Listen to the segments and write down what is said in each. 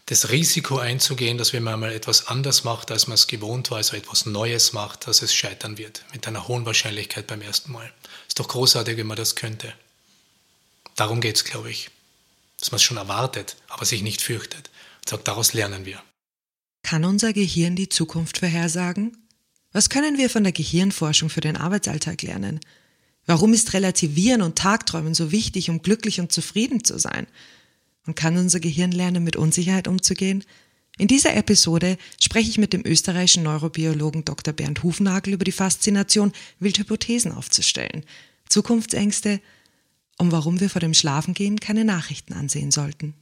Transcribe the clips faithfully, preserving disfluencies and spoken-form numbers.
das Risiko einzugehen, dass wenn man mal etwas anders macht, als man es gewohnt war, also etwas Neues macht, dass es scheitern wird, mit einer hohen Wahrscheinlichkeit beim ersten Mal. Ist doch großartig, wenn man das könnte. Darum geht es, glaube ich. Dass man es schon erwartet, aber sich nicht fürchtet. Und sagt, daraus lernen wir. Kann unser Gehirn die Zukunft vorhersagen? Was können wir von der Gehirnforschung für den Arbeitsalltag lernen? Warum ist Relativieren und Tagträumen so wichtig, um glücklich und zufrieden zu sein? Und kann unser Gehirn lernen, mit Unsicherheit umzugehen? In dieser Episode spreche ich mit dem österreichischen Neurobiologen Doktor Bernd Hufnagel über die Faszination, wild Hypothesen aufzustellen, Zukunftsängste und warum wir vor dem Schlafengehen keine Nachrichten ansehen sollten.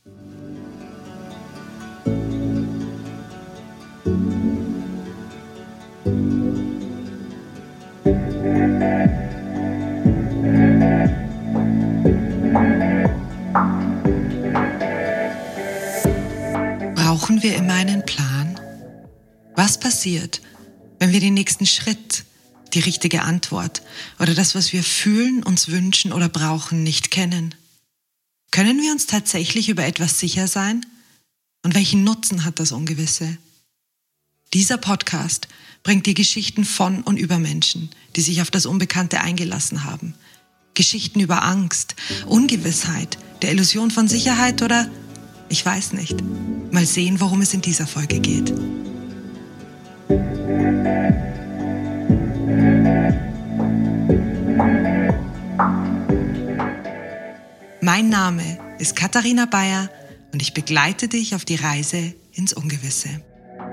Brauchen wir immer einen Plan? Was passiert, wenn wir den nächsten Schritt, die richtige Antwort oder das, was wir fühlen, uns wünschen oder brauchen, nicht kennen? Können wir uns tatsächlich über etwas sicher sein? Und welchen Nutzen hat das Ungewisse? Dieser Podcast bringt die Geschichten von und über Menschen, die sich auf das Unbekannte eingelassen haben. Geschichten über Angst, Ungewissheit, der Illusion von Sicherheit oder, ich weiß nicht. Mal sehen, worum es in dieser Folge geht. Mein Name ist Katharina Bayer und ich begleite dich auf die Reise ins Ungewisse.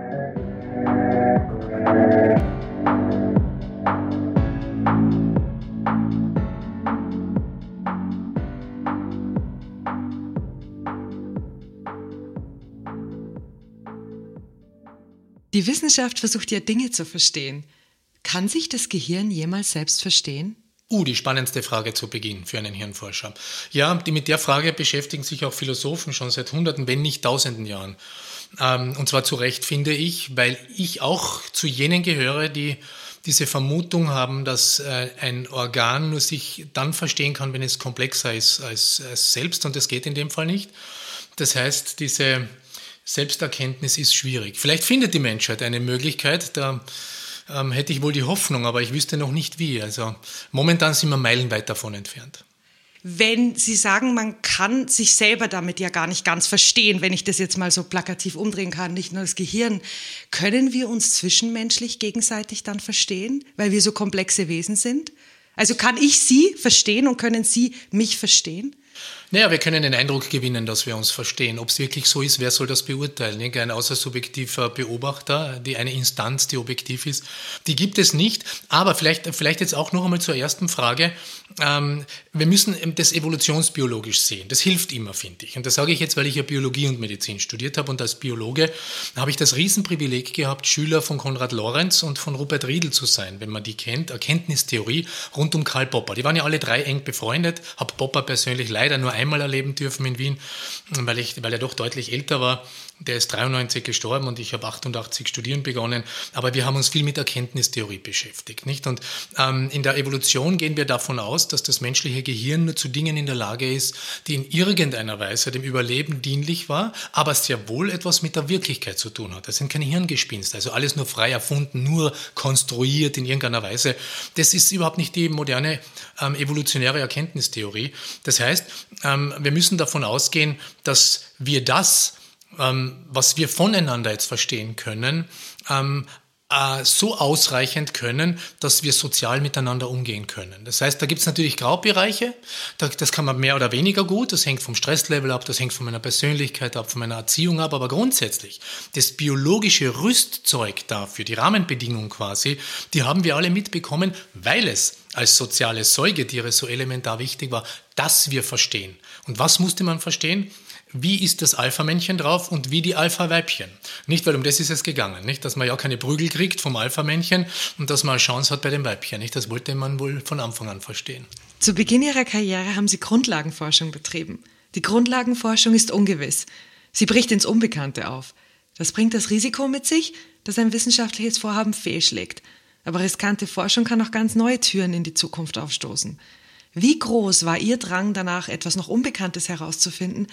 Die Wissenschaft versucht ja Dinge zu verstehen. Kann sich das Gehirn jemals selbst verstehen? Uh, die spannendste Frage zu Beginn für einen Hirnforscher. Ja, die, mit der Frage beschäftigen sich auch Philosophen schon seit Hunderten, wenn nicht Tausenden Jahren. Ähm, und zwar zu Recht, finde ich, weil ich auch zu jenen gehöre, die diese Vermutung haben, dass äh, ein Organ nur sich dann verstehen kann, wenn es komplexer ist als, als selbst. Und das geht in dem Fall nicht. Das heißt, diese Selbsterkenntnis ist schwierig. Vielleicht findet die Menschheit eine Möglichkeit, da ähm, hätte ich wohl die Hoffnung, aber ich wüsste noch nicht wie. Also momentan sind wir meilenweit davon entfernt. Wenn Sie sagen, man kann sich selber damit ja gar nicht ganz verstehen, wenn ich das jetzt mal so plakativ umdrehen kann, nicht nur das Gehirn, können wir uns zwischenmenschlich gegenseitig dann verstehen, weil wir so komplexe Wesen sind? Also kann ich Sie verstehen und können Sie mich verstehen? Naja, wir können den Eindruck gewinnen, dass wir uns verstehen. Ob es wirklich so ist, wer soll das beurteilen? Ein außersubjektiver Beobachter, die eine Instanz, die objektiv ist, die gibt es nicht. Aber vielleicht, vielleicht jetzt auch noch einmal zur ersten Frage. Ähm, wir müssen das evolutionsbiologisch sehen. Das hilft immer, finde ich. Und das sage ich jetzt, weil ich ja Biologie und Medizin studiert habe. Und als Biologe habe ich das Riesenprivileg gehabt, Schüler von Konrad Lorenz und von Rupert Riedl zu sein, wenn man die kennt. Erkenntnistheorie rund um Karl Popper. Die waren ja alle drei eng befreundet. Habe Popper persönlich leider nur einmal erleben dürfen in Wien, weil, ich, weil er doch deutlich älter war. Der ist dreiundneunzig gestorben und ich habe achtundachtzig studieren begonnen. Aber wir haben uns viel mit Erkenntnistheorie beschäftigt, nicht? Und ähm, in der Evolution gehen wir davon aus, dass das menschliche Gehirn nur zu Dingen in der Lage ist, die in irgendeiner Weise dem Überleben dienlich war, aber sehr wohl etwas mit der Wirklichkeit zu tun hat. Das sind keine Hirngespinste, also alles nur frei erfunden, nur konstruiert in irgendeiner Weise. Das ist überhaupt nicht die moderne ähm, evolutionäre Erkenntnistheorie. Das heißt, ähm, wir müssen davon ausgehen, dass wir das, ähm, was wir voneinander jetzt verstehen können, ähm, äh, so ausreichend können, dass wir sozial miteinander umgehen können. Das heißt, da gibt es natürlich Graubereiche, da, das kann man mehr oder weniger gut, das hängt vom Stresslevel ab, das hängt von meiner Persönlichkeit ab, von meiner Erziehung ab, aber grundsätzlich, das biologische Rüstzeug dafür, die Rahmenbedingungen quasi, die haben wir alle mitbekommen, weil es als soziale Säugetiere so elementar wichtig war, dass wir verstehen. Und was musste man verstehen? Wie ist das Alpha-Männchen drauf und wie die Alpha-Weibchen? Nicht, weil um das ist es gegangen, nicht, dass man ja keine Prügel kriegt vom Alpha-Männchen und dass man eine Chance hat bei den Weibchen. Nicht, das wollte man wohl von Anfang an verstehen. Zu Beginn Ihrer Karriere haben Sie Grundlagenforschung betrieben. Die Grundlagenforschung ist ungewiss. Sie bricht ins Unbekannte auf. Das bringt das Risiko mit sich, dass ein wissenschaftliches Vorhaben fehlschlägt. Aber riskante Forschung kann auch ganz neue Türen in die Zukunft aufstoßen. Wie groß war Ihr Drang danach, etwas noch Unbekanntes herauszufinden,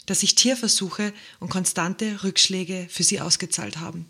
dass sich Tierversuche und konstante Rückschläge für Sie ausgezahlt haben?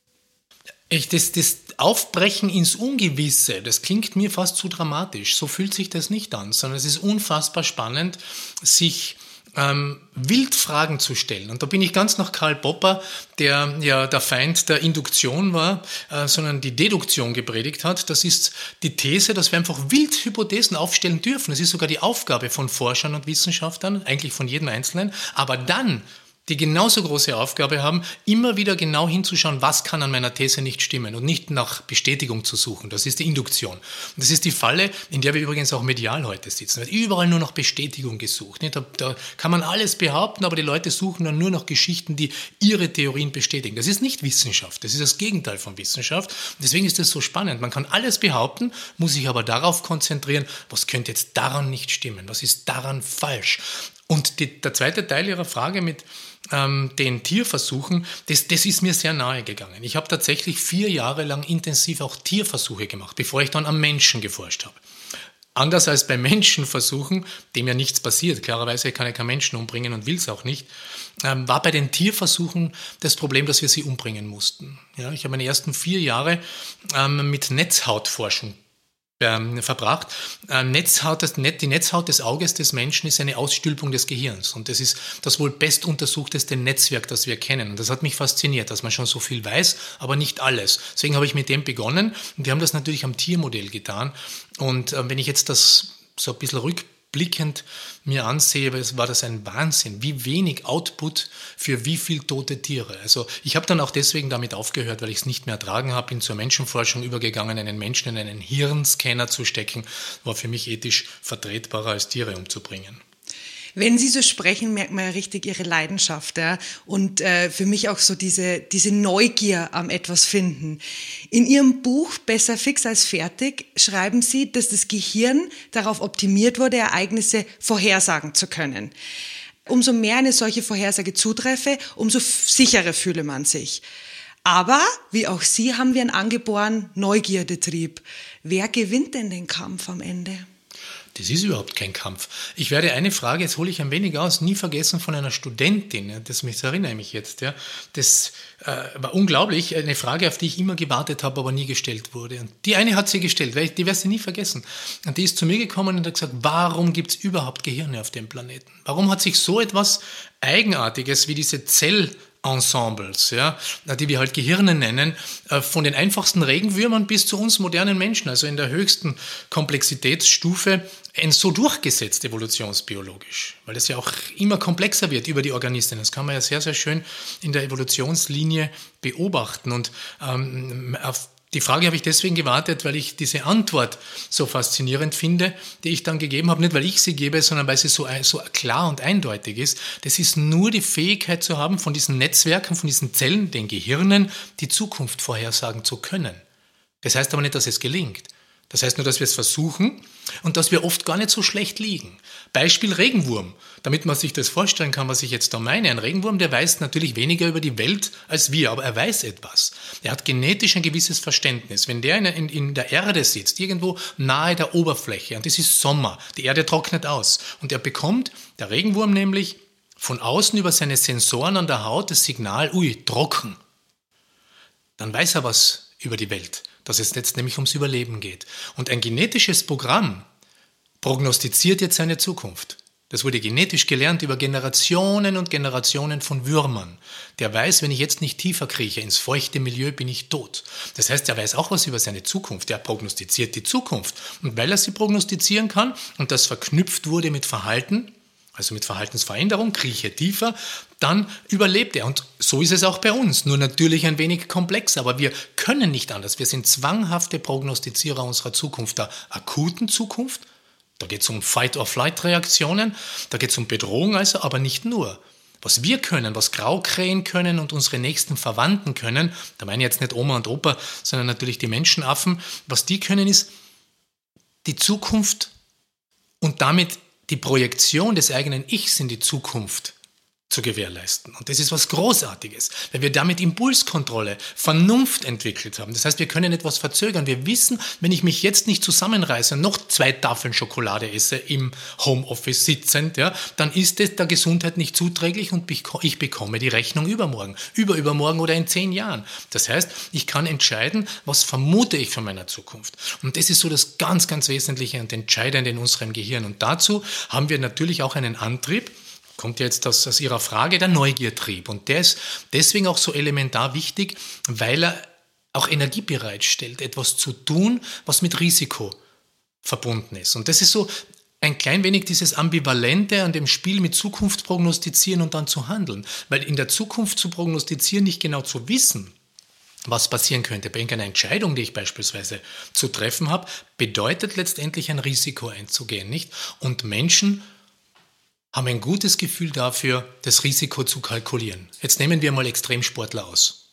Ich, das, das Aufbrechen ins Ungewisse, das klingt mir fast zu dramatisch. So fühlt sich das nicht an, sondern es ist unfassbar spannend, sich ähm, Wildfragen zu stellen. Und da bin ich ganz nach Karl Popper, der ja der Feind der Induktion war, äh, sondern die Deduktion gepredigt hat. Das ist die These, dass wir einfach Wildhypothesen aufstellen dürfen. Das ist sogar die Aufgabe von Forschern und Wissenschaftlern, eigentlich von jedem Einzelnen. Aber dann die genauso große Aufgabe haben, immer wieder genau hinzuschauen, was kann an meiner These nicht stimmen und nicht nach Bestätigung zu suchen. Das ist die Induktion. Und das ist die Falle, in der wir übrigens auch medial heute sitzen. Es wird überall nur nach Bestätigung gesucht. Da, da kann man alles behaupten, aber die Leute suchen dann nur nach Geschichten, die ihre Theorien bestätigen. Das ist nicht Wissenschaft, das ist das Gegenteil von Wissenschaft. Deswegen ist das so spannend. Man kann alles behaupten, muss sich aber darauf konzentrieren, was könnte jetzt daran nicht stimmen, was ist daran falsch. Und die, der zweite Teil Ihrer Frage mit ähm, den Tierversuchen, das, das ist mir sehr nahe gegangen. Ich habe tatsächlich vier Jahre lang intensiv auch Tierversuche gemacht, bevor ich dann am Menschen geforscht habe. Anders als bei Menschenversuchen, dem ja nichts passiert, klarerweise kann ich keinen Menschen umbringen und will es auch nicht, ähm, war bei den Tierversuchen das Problem, dass wir sie umbringen mussten. Ja, ich habe meine ersten vier Jahre ähm, mit Netzhautforschung Ähm, verbracht. Äh, Netzhaut, das Net, die Netzhaut des Auges des Menschen ist eine Ausstülpung des Gehirns und das ist das wohl bestuntersuchteste Netzwerk, das wir kennen. Und das hat mich fasziniert, dass man schon so viel weiß, aber nicht alles. Deswegen habe ich mit dem begonnen und wir haben das natürlich am Tiermodell getan. Und äh, wenn ich jetzt das so ein bisschen rückblickend mir ansehe, war das ein Wahnsinn, wie wenig Output für wie viel tote Tiere. Also ich habe dann auch deswegen damit aufgehört, weil ich es nicht mehr ertragen habe, bin zur Menschenforschung übergegangen, einen Menschen in einen Hirnscanner zu stecken, war für mich ethisch vertretbarer als Tiere umzubringen. Wenn Sie so sprechen, merkt man ja richtig Ihre Leidenschaft, ja? Und äh, für mich auch so diese, diese Neugier am etwas finden. In Ihrem Buch Besser fix als fertig schreiben Sie, dass das Gehirn darauf optimiert wurde, Ereignisse vorhersagen zu können. Umso mehr eine solche Vorhersage zutreffe, umso sicherer fühle man sich. Aber, wie auch Sie, haben wir einen angeborenen Neugierdetrieb. Wer gewinnt denn den Kampf am Ende? Das ist überhaupt kein Kampf. Ich werde eine Frage, jetzt hole ich ein wenig aus, nie vergessen von einer Studentin, das, das erinnere ich mich jetzt. Ja. Das äh, war unglaublich, eine Frage, auf die ich immer gewartet habe, aber nie gestellt wurde. Und die eine hat sie gestellt, die werde ich nie vergessen. Und die ist zu mir gekommen und hat gesagt, warum gibt es überhaupt Gehirne auf dem Planeten? Warum hat sich so etwas Eigenartiges wie diese Zell Ensembles, ja, die wir halt Gehirne nennen, von den einfachsten Regenwürmern bis zu uns modernen Menschen, also in der höchsten Komplexitätsstufe, so durchgesetzt evolutionsbiologisch, weil das ja auch immer komplexer wird über die Organismen. Das kann man ja sehr, sehr schön in der Evolutionslinie beobachten. Und ähm, auf die Frage habe ich deswegen gewartet, weil ich diese Antwort so faszinierend finde, die ich dann gegeben habe. Nicht, weil ich sie gebe, sondern weil sie so, so klar und eindeutig ist. Das ist nur die Fähigkeit zu haben, von diesen Netzwerken, von diesen Zellen, den Gehirnen, die Zukunft vorhersagen zu können. Das heißt aber nicht, dass es gelingt. Das heißt nur, dass wir es versuchen und dass wir oft gar nicht so schlecht liegen. Beispiel Regenwurm, damit man sich das vorstellen kann, was ich jetzt da meine. Ein Regenwurm, der weiß natürlich weniger über die Welt als wir, aber er weiß etwas. Er hat genetisch ein gewisses Verständnis. Wenn der in, in, in der Erde sitzt, irgendwo nahe der Oberfläche, und es ist Sommer, die Erde trocknet aus, und er bekommt, der Regenwurm nämlich, von außen über seine Sensoren an der Haut das Signal, ui, trocken. Dann weiß er was über die Welt, dass es jetzt nämlich ums Überleben geht. Und ein genetisches Programm prognostiziert jetzt seine Zukunft. Das wurde genetisch gelernt über Generationen und Generationen von Würmern. Der weiß, wenn ich jetzt nicht tiefer krieche ins feuchte Milieu, bin ich tot. Das heißt, er weiß auch was über seine Zukunft. Er prognostiziert die Zukunft. Und weil er sie prognostizieren kann und das verknüpft wurde mit Verhalten, also mit Verhaltensveränderung, krieche tiefer, dann überlebt er. Und so ist es auch bei uns, nur natürlich ein wenig komplexer. Aber wir können nicht anders. Wir sind zwanghafte Prognostizierer unserer Zukunft, der akuten Zukunft. Da geht es um Fight-or-Flight-Reaktionen, da geht es um Bedrohung also, aber nicht nur. Was wir können, was Graukrähen können und unsere nächsten Verwandten können, da meine ich jetzt nicht Oma und Opa, sondern natürlich die Menschenaffen, was die können ist, die Zukunft und damit die Projektion des eigenen Ichs in die Zukunft zu gewährleisten. Und das ist was Großartiges, weil wir damit Impulskontrolle, Vernunft entwickelt haben. Das heißt, wir können etwas verzögern. Wir wissen, wenn ich mich jetzt nicht zusammenreiße und noch zwei Tafeln Schokolade esse im Homeoffice sitzend, ja, dann ist es der Gesundheit nicht zuträglich und ich bekomme die Rechnung übermorgen, überübermorgen oder in zehn Jahren. Das heißt, ich kann entscheiden, was vermute ich von meiner Zukunft. Und das ist so das ganz, ganz Wesentliche und Entscheidende in unserem Gehirn. Und dazu haben wir natürlich auch einen Antrieb, kommt jetzt aus, aus Ihrer Frage, der Neugiertrieb. Und der ist deswegen auch so elementar wichtig, weil er auch Energie bereitstellt, etwas zu tun, was mit Risiko verbunden ist. Und das ist so ein klein wenig dieses Ambivalente an dem Spiel mit Zukunft prognostizieren und dann zu handeln. Weil in der Zukunft zu prognostizieren, nicht genau zu wissen, was passieren könnte bei irgendeiner Entscheidung, die ich beispielsweise zu treffen habe, bedeutet letztendlich ein Risiko einzugehen, nicht? Und Menschen haben ein gutes Gefühl dafür, das Risiko zu kalkulieren. Jetzt nehmen wir mal Extremsportler aus.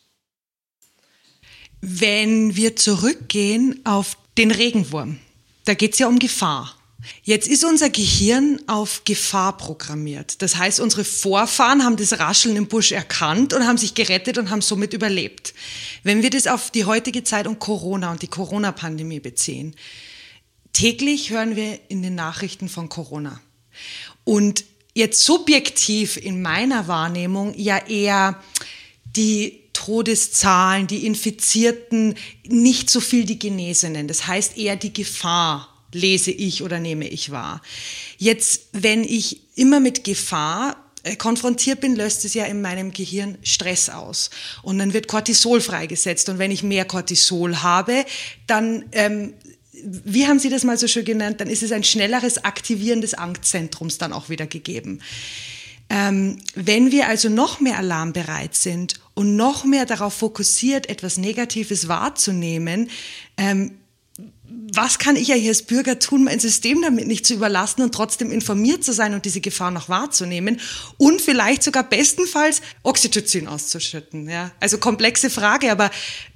Wenn wir zurückgehen auf den Regenwurm, da geht es ja um Gefahr. Jetzt ist unser Gehirn auf Gefahr programmiert. Das heißt, unsere Vorfahren haben das Rascheln im Busch erkannt und haben sich gerettet und haben somit überlebt. Wenn wir das auf die heutige Zeit und Corona und die Corona-Pandemie beziehen, täglich hören wir in den Nachrichten von Corona. Und jetzt subjektiv in meiner Wahrnehmung ja eher die Todeszahlen, die Infizierten, nicht so viel die Genesenen. Das heißt eher die Gefahr lese ich oder nehme ich wahr. Jetzt, wenn ich immer mit Gefahr äh, konfrontiert bin, löst es ja in meinem Gehirn Stress aus. Und dann wird Cortisol freigesetzt. Und wenn ich mehr Cortisol habe, dann ähm, wie haben Sie das mal so schön genannt, dann ist es ein schnelleres Aktivieren des Angstzentrums dann auch wieder gegeben. Ähm, wenn wir also noch mehr alarmbereit sind und noch mehr darauf fokussiert, etwas Negatives wahrzunehmen, ähm, was kann ich ja hier als Bürger tun, mein System damit nicht zu überlasten und trotzdem informiert zu sein und diese Gefahr noch wahrzunehmen und vielleicht sogar bestenfalls Oxytocin auszuschütten. Ja? Also komplexe Frage, aber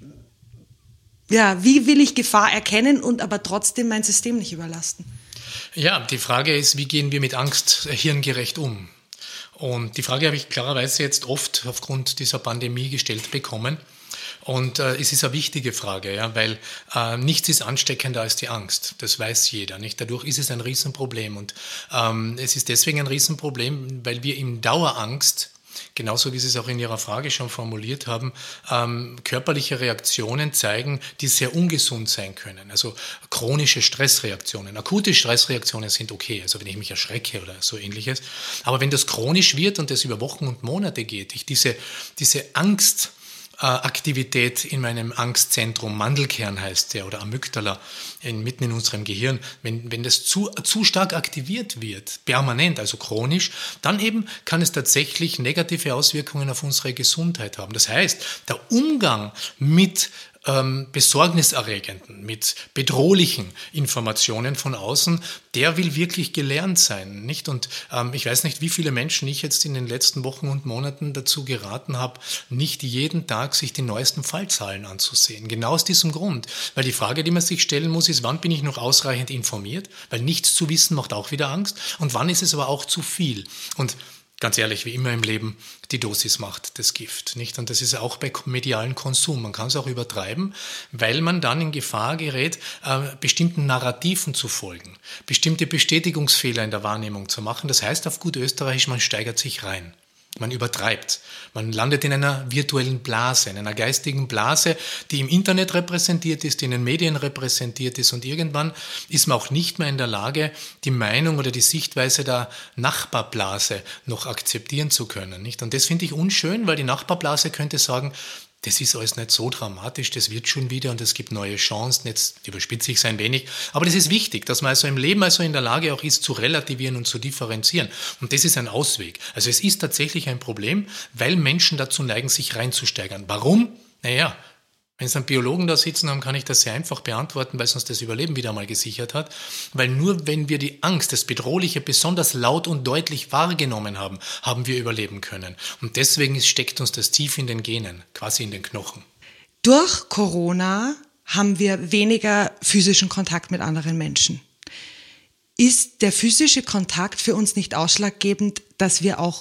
ja, wie will ich Gefahr erkennen und aber trotzdem mein System nicht überlasten? Ja, die Frage ist, wie gehen wir mit Angst hirngerecht um? Und die Frage habe ich klarerweise jetzt oft aufgrund dieser Pandemie gestellt bekommen. Und äh, es ist eine wichtige Frage, ja, weil äh, nichts ist ansteckender als die Angst. Das weiß jeder, nicht? Dadurch ist es ein Riesenproblem. Und ähm, es ist deswegen ein Riesenproblem, weil wir in Dauerangst, genauso wie Sie es auch in Ihrer Frage schon formuliert haben, ähm, körperliche Reaktionen zeigen, die sehr ungesund sein können. Also chronische Stressreaktionen. Akute Stressreaktionen sind okay, also wenn ich mich erschrecke oder so ähnliches. Aber wenn das chronisch wird und das über Wochen und Monate geht, ich diese, diese Angst Aktivität in meinem Angstzentrum, Mandelkern heißt der, oder Amygdala, in, mitten in unserem Gehirn, wenn, wenn das zu, zu stark aktiviert wird, permanent, also chronisch, dann eben kann es tatsächlich negative Auswirkungen auf unsere Gesundheit haben. Das heißt, der Umgang mit ähm, besorgniserregenden, mit bedrohlichen Informationen von außen, der will wirklich gelernt sein, nicht? Und ähm, ich weiß nicht, wie viele Menschen ich jetzt in den letzten Wochen und Monaten dazu geraten habe, nicht jeden Tag sich die neuesten Fallzahlen anzusehen. Genau aus diesem Grund. Weil die Frage, die man sich stellen muss, ist, wann bin ich noch ausreichend informiert? Weil nichts zu wissen macht auch wieder Angst. Und wann ist es aber auch zu viel? Und ganz ehrlich, wie immer im Leben, die Dosis macht das Gift, nicht? Und das ist auch bei medialen Konsum. Man kann es auch übertreiben, weil man dann in Gefahr gerät, äh, bestimmten Narrativen zu folgen, bestimmte Bestätigungsfehler in der Wahrnehmung zu machen. Das heißt auf gut Österreichisch, man steigert sich rein. Man übertreibt. Man landet in einer virtuellen Blase, in einer geistigen Blase, die im Internet repräsentiert ist, die in den Medien repräsentiert ist. Und irgendwann ist man auch nicht mehr in der Lage, die Meinung oder die Sichtweise der Nachbarblase noch akzeptieren zu können, nicht? Und das finde ich unschön, weil die Nachbarblase könnte sagen, das ist alles nicht so dramatisch, das wird schon wieder und es gibt neue Chancen, jetzt überspitze ich es ein wenig, aber das ist wichtig, dass man also im Leben also in der Lage auch ist, zu relativieren und zu differenzieren und das ist ein Ausweg. Also es ist tatsächlich ein Problem, weil Menschen dazu neigen, sich reinzusteigern. Warum? Naja, wenn Sie einen Biologen da sitzen haben, kann ich das sehr einfach beantworten, weil es uns das Überleben wieder mal gesichert hat. Weil nur wenn wir die Angst, das Bedrohliche besonders laut und deutlich wahrgenommen haben, haben wir überleben können. Und deswegen steckt uns das tief in den Genen, quasi in den Knochen. Durch Corona haben wir weniger physischen Kontakt mit anderen Menschen. Ist der physische Kontakt für uns nicht ausschlaggebend, dass wir auch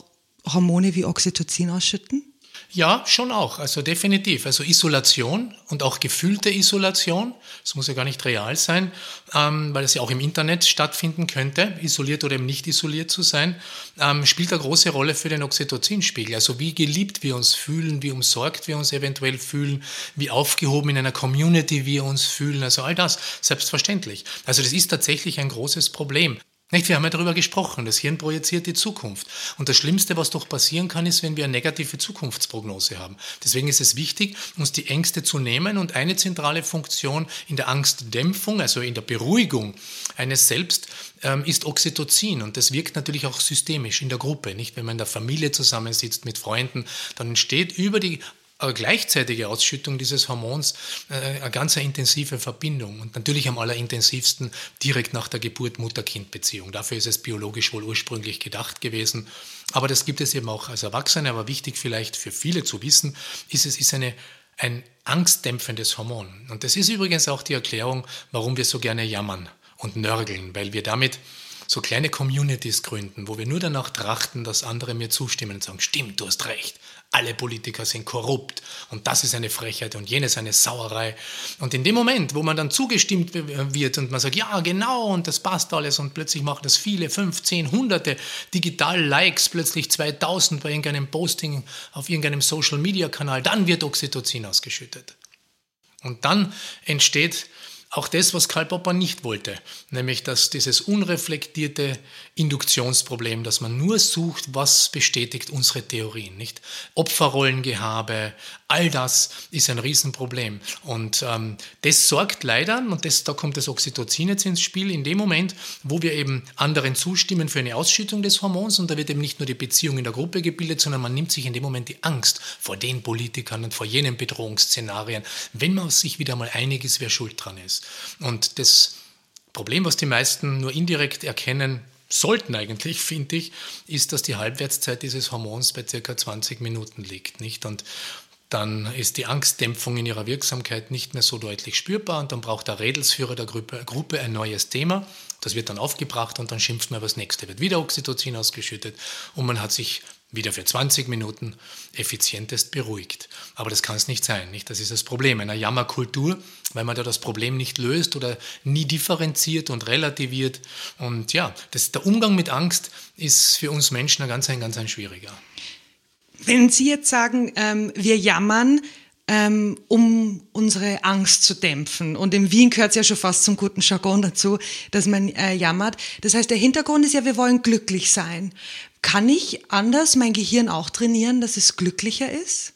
Hormone wie Oxytocin ausschütten? Ja, schon auch, also definitiv. Also Isolation und auch gefühlte Isolation, das muss ja gar nicht real sein, ähm, weil es ja auch im Internet stattfinden könnte, isoliert oder eben nicht isoliert zu sein, ähm, spielt eine große Rolle für den Oxytocinspiegel. Also wie geliebt wir uns fühlen, wie umsorgt wir uns eventuell fühlen, wie aufgehoben in einer Community wir uns fühlen, also all das, selbstverständlich. Also das ist tatsächlich ein großes Problem. Nicht? Wir haben ja darüber gesprochen, das Hirn projiziert die Zukunft. Und das Schlimmste, was doch passieren kann, ist, wenn wir eine negative Zukunftsprognose haben. Deswegen ist es wichtig, uns die Ängste zu nehmen und eine zentrale Funktion in der Angstdämpfung, also in der Beruhigung eines Selbst, ähm, ist Oxytocin. Und das wirkt natürlich auch systemisch in der Gruppe. Nicht? Wenn man in der Familie zusammensitzt mit Freunden, dann entsteht über die aber gleichzeitige Ausschüttung dieses Hormons äh, eine ganz intensive Verbindung und natürlich am allerintensivsten direkt nach der Geburt Mutter-Kind-Beziehung. Dafür ist es biologisch wohl ursprünglich gedacht gewesen. Aber das gibt es eben auch als Erwachsene. Aber wichtig vielleicht für viele zu wissen, ist es ist eine, ein angstdämpfendes Hormon. Und das ist übrigens auch die Erklärung, warum wir so gerne jammern und nörgeln, weil wir damit so kleine Communities gründen, wo wir nur danach trachten, dass andere mir zustimmen und sagen, stimmt, du hast recht. Alle Politiker sind korrupt und das ist eine Frechheit und jenes eine Sauerei. Und in dem Moment, wo man dann zugestimmt wird und man sagt, ja genau und das passt alles und plötzlich machen das viele, fünf, zehn, hunderte Digital-Likes, plötzlich zweitausend bei irgendeinem Posting auf irgendeinem Social-Media-Kanal, dann wird Oxytocin ausgeschüttet. Und dann entsteht auch das, was Karl Popper nicht wollte, nämlich dass dieses unreflektierte Induktionsproblem, dass man nur sucht, was bestätigt unsere Theorien, nicht? Opferrollengehabe, all das ist ein Riesenproblem. Und ähm, das sorgt leider, und das, da kommt das Oxytocin jetzt ins Spiel, in dem Moment, wo wir eben anderen zustimmen für eine Ausschüttung des Hormons, und da wird eben nicht nur die Beziehung in der Gruppe gebildet, sondern man nimmt sich in dem Moment die Angst vor den Politikern und vor jenen Bedrohungsszenarien, wenn man sich wieder mal einig ist, wer schuld dran ist. Und das Problem, was die meisten nur indirekt erkennen sollten eigentlich, finde ich, ist, dass die Halbwertszeit dieses Hormons bei ca. zwanzig Minuten liegt, nicht? Und dann ist die Angstdämpfung in ihrer Wirksamkeit nicht mehr so deutlich spürbar und dann braucht der Rädelsführer der Gruppe, Gruppe ein neues Thema. Das wird dann aufgebracht und dann schimpft man über das nächste. Wird wieder Oxytocin ausgeschüttet und man hat sich wieder für zwanzig Minuten effizientest beruhigt. Aber das kann es nicht sein, nicht? Das ist das Problem einer Jammerkultur, weil man da das Problem nicht löst oder nie differenziert und relativiert. Und ja, das, der Umgang mit Angst ist für uns Menschen ein ganz, ein ganz ein schwieriger. Wenn Sie jetzt sagen, ähm, wir jammern, ähm, um unsere Angst zu dämpfen, und in Wien gehört es ja schon fast zum guten Jargon dazu, dass man äh, jammert. Das heißt, der Hintergrund ist ja, wir wollen glücklich sein. Kann ich anders mein Gehirn auch trainieren, dass es glücklicher ist?